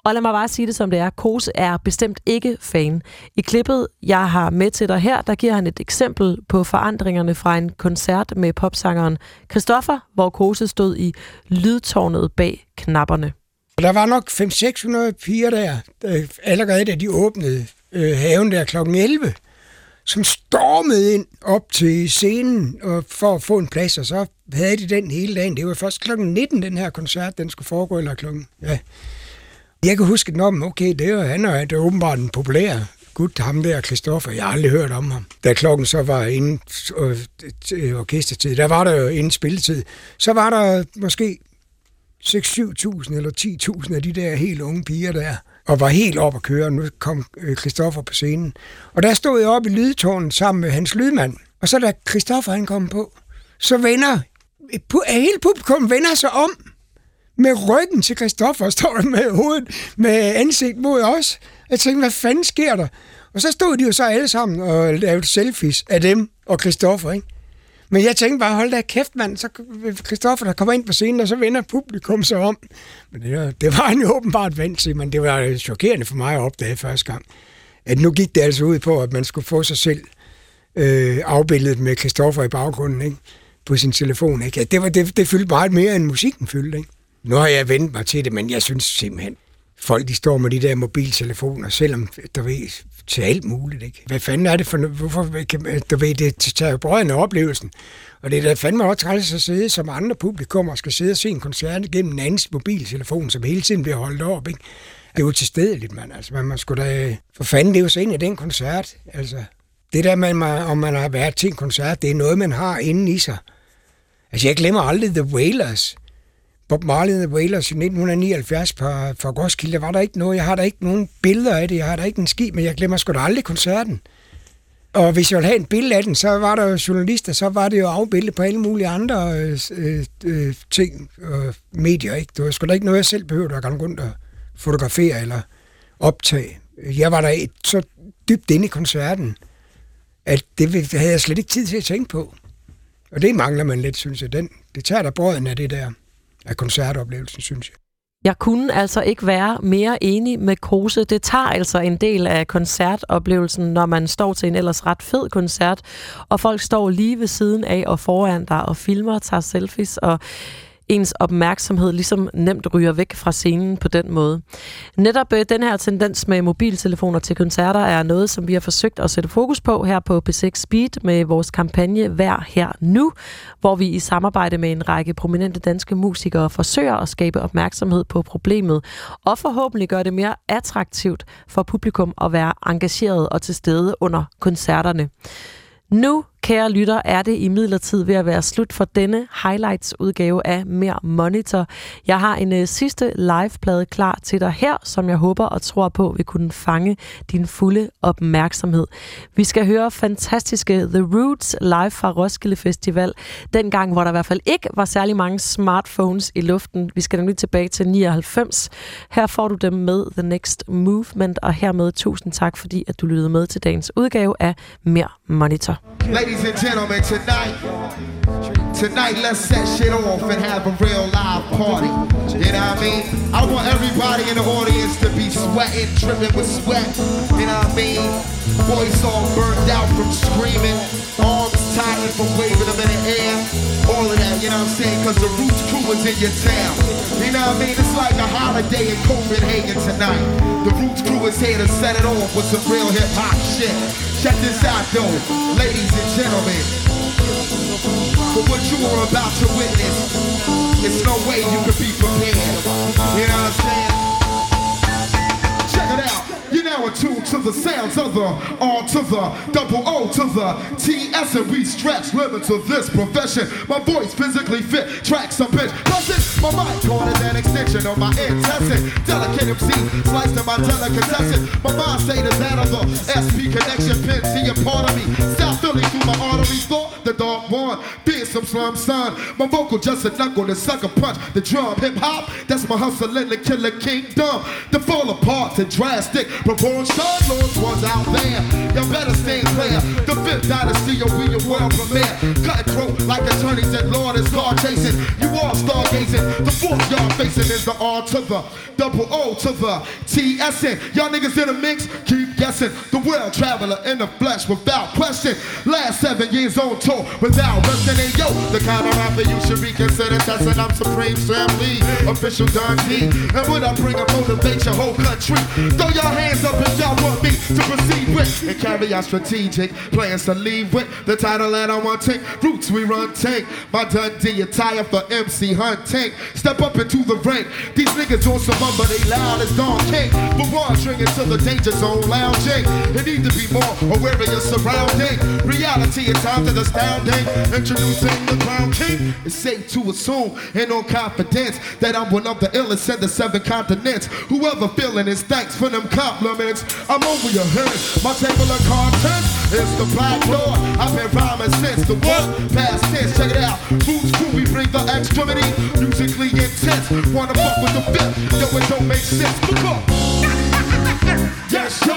Og lad mig bare sige det som det er. Kose er bestemt ikke fan. I klippet, jeg har med til dig her, der giver han et eksempel på forandringerne fra en koncert med popsangeren Christoffer, hvor Kose stod i lydtårnet bag knapperne. Der var nok 500-600 piger der, allerede da de åbnede haven der kl. 11, som stormede ind op til scenen for at få en plads, og så havde de den hele dagen. Det var først kl. 19, den her koncert, den skulle foregå, eller klokken. Ja. Jeg kan huske, han er åbenbart en populær gut, ham der, Christoffer. Jeg har aldrig hørt om ham. Da klokken så var inden orkestertid, der var der jo inden spilletid, så var der måske 6-7.000 eller 10.000 af de der helt unge piger der, og var helt op at køre. Nu kom Christoffer på scenen. Og der stod jeg oppe i lydtårnet sammen med hans lydmand. Og så da Christoffer han kom på, så hele publikum vender sig om med ryggen til Christoffer, og står med hovedet, med ansigt mod os. Jeg tænkte, hvad fanden sker der? Og så stod de jo så alle sammen og lavede selfies af dem og Christoffer, ikke? Men jeg tænkte bare, hold da kæft, mand, så Christoffer, der kommer ind på scenen, og så vender publikum sig om. Men det var han jo åbenbart vant til, men det var chokerende for mig at opdage første gang. At nu gik det altså ud på, at man skulle få sig selv afbildet med Christoffer i baggrunden, ikke? På sin telefon, ikke? Ja, det fyldte meget mere, end musikken fyldte, ikke? Nu har jeg vendt mig til det, men jeg synes simpelthen, folk de står med de der mobiltelefoner, selvom der ved til alt muligt, ikke? Hvad fanden er det for noget? Hvorfor du ved, det tager jo brødende oplevelsen. Og det er da fandme også træls at sidde, som andre publikummer skal sidde og se en koncert gennem en andens mobiltelefon, som hele tiden bliver holdt op, ikke? Det er jo tilstedeligt, mand. Altså, man skulle da... For fanden, det er jo så ind i den koncert. Altså, det der med, om man har været til en koncert, det er noget, man har inde i sig. Altså, jeg glemmer aldrig The Wailers. Bob Marley and the Wailers i 1979 på Roskilde, der var der ikke noget. Jeg har der ikke nogen billeder af det, jeg har der ikke en ski, men jeg glemmer sgu da aldrig koncerten. Og hvis jeg ville have en billede af den, så var der jo journalister, så var det jo afbildet på alle mulige andre ting og medier, ikke? Det var sgu da ikke noget, jeg selv behøvede at gå rundt og fotografere eller optage. Jeg var der så dybt inde i koncerten, at det havde jeg slet ikke tid til at tænke på. Og det mangler man lidt, synes jeg. Det tager der brøden af det der, af koncertoplevelsen, synes jeg. Jeg kunne altså ikke være mere enig med Kose. Det tager altså en del af koncertoplevelsen, når man står til en ellers ret fed koncert, og folk står lige ved siden af og foran dig og filmer og tager selfies, og ens opmærksomhed ligesom nemt ryger væk fra scenen på den måde. Netop den her tendens med mobiltelefoner til koncerter er noget, som vi har forsøgt at sætte fokus på her på P6 Speed med vores kampagne Vær her nu, hvor vi i samarbejde med en række prominente danske musikere forsøger at skabe opmærksomhed på problemet og forhåbentlig gøre det mere attraktivt for publikum at være engageret og til stede under koncerterne. Nu, kære lytter, er det imidlertid ved at være slut for denne highlights-udgave af Mere Monitor. Jeg har en sidste liveplade klar til dig her, som jeg håber og tror på vil kunne fange din fulde opmærksomhed. Vi skal høre fantastiske The Roots live fra Roskilde Festival. Dengang, hvor der i hvert fald ikke var særlig mange smartphones i luften. Vi skal nemlig tilbage til 99. Her får du dem med The Next Movement, og hermed tusind tak, fordi at du lyttede med til dagens udgave af Mere Monitor. Ladies and gentlemen, tonight let's set shit off and have a real live party. You know what I mean? I want everybody in the audience to be sweating, dripping with sweat. You know what I mean? Voice all burned out from screaming, arms tired from waving them in the air. All of that, you know what I'm saying? Cause the Roots crew is in your town. You know what I mean? It's like a holiday in Copenhagen tonight. The Roots crew is here to set it off with some real hip hop shit. Check this out though, ladies and gentlemen. For what you are about to witness, it's no way you could be prepared. You know what I'm saying? Check it out. You're now attuned to the sounds of the R to the double O to the TS, and we stretch limits of this profession. My voice physically fit, tracks some pitch. Plus it, my mic on is an extension of my intestine. Delicate MC, sliced in my delicatessen. My mind state is that of the SP connection, pin C a part of me. South Philly through my arteries, thought the dog born, being some slum son. My vocal just a knuckle, the sucker punch, the drum, hip hop. That's my hustle in the killer kingdom. The fall apart to drastic proportion. Lords was out there. Y'all better stay clear. The fifth dynasty, we your world premiere. Cutting throat like attorneys and lawyers, car chasing. You all stargazing. The fourth y'all facing is the R to the double O to the TSN. Y'all niggas in the mix, keep guessing. The world traveler in the flesh without question. Last 7 years on tour without resting. And yo, the kind of rapper you should be considered testing. I'm Supreme Sam Lee, official Don D. And when I bring a motivate your whole country, throw your hands up if y'all want me to proceed with and carry out strategic plans to leave with. The title that I want to take, Roots we run tank. My Dundee attire for MC hunting. Step up into the ring. These niggas on some but they loud as Don King. But one stringing to the danger zone lounging. You need to be more aware of your surrounding. Reality at times is astounding. Introducing the Crown King. It's safe to assume and on confidence that I'm one of the illest in the 7 continents. Whoever feeling is thanks for them compliments. I'm over your head. My table of contents is the Black Lord. I've been rhyming since the what? Past tense. Check it out. Roots crew, we bring the extremity. Musically intense. Wanna fuck with the fifth? Yo, it don't make sense. Look up. Yes, yo.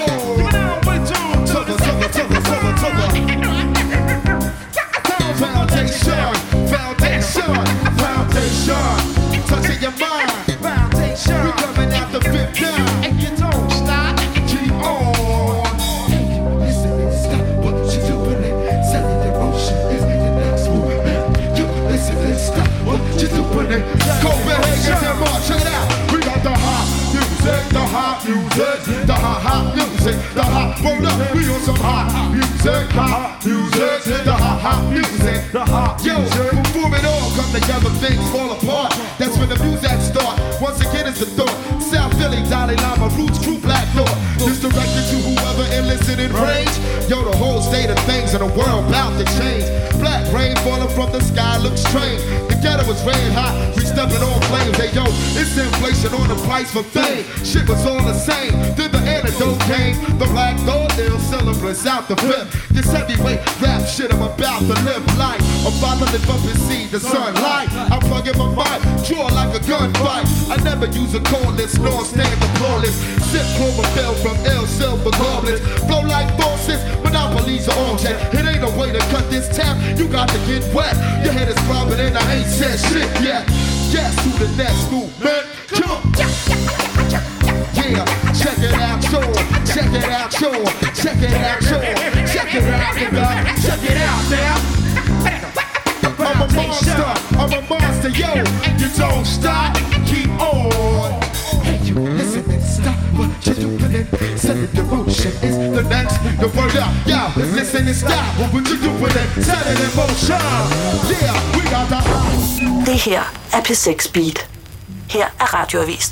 Foundation. Touching your mind. Foundation. We coming out the fifth down. And you don't stop. Keep on. Listen and stop what you doing. Setting the motion is the next movement. You listen and stop what you doing. Go ahead and march it out. We got the hot music, the hot music, the hot music, the hot. Roll up, we on some hot music, the hot music, the hot. Yo, before it all come together, things fall apart. That's when the music start. Once again, it's the thought. South Philly, Dalai Lama, Roots Crew, Black Thought. This directed to whoever enlisted in range. Yo, the whole state of things in the world about to change. Black rain falling from the sky looks strange. The ghetto was red hot, we stepping on flames. Hey yo, it's inflation on the price for fame. Shit was all the same, then the antidote came. The Black Thought, ill celebrants out the fifth. This heavyweight rap shit, I'm about to live life. A father live up and see the sunlight. I'm plugging my mind, draw like a gunfight. I never use a cordless, nor stand the flawless. Sip chlorophyll from ill silver goblets. Flow like faucets, monopolies are object. It ain't no way to cut this tap, you got to get wet. Your head is throbbing and I ain't said shit yet. Yes, to the next movement. Come on. Yeah, check it out, sure. Check it out, sure. Check it out, sure. Check it out, nigga. Check it out now. I'm a monster, yo. You don't stop, keep on. Hey, you listen and stop what you're doing. Set it in motion is the next. The word up, yo. Listen and stop what you're doing. Set it in motion. Yeah, we got the house. Det her er P6 Beat. Her er Radioavisen.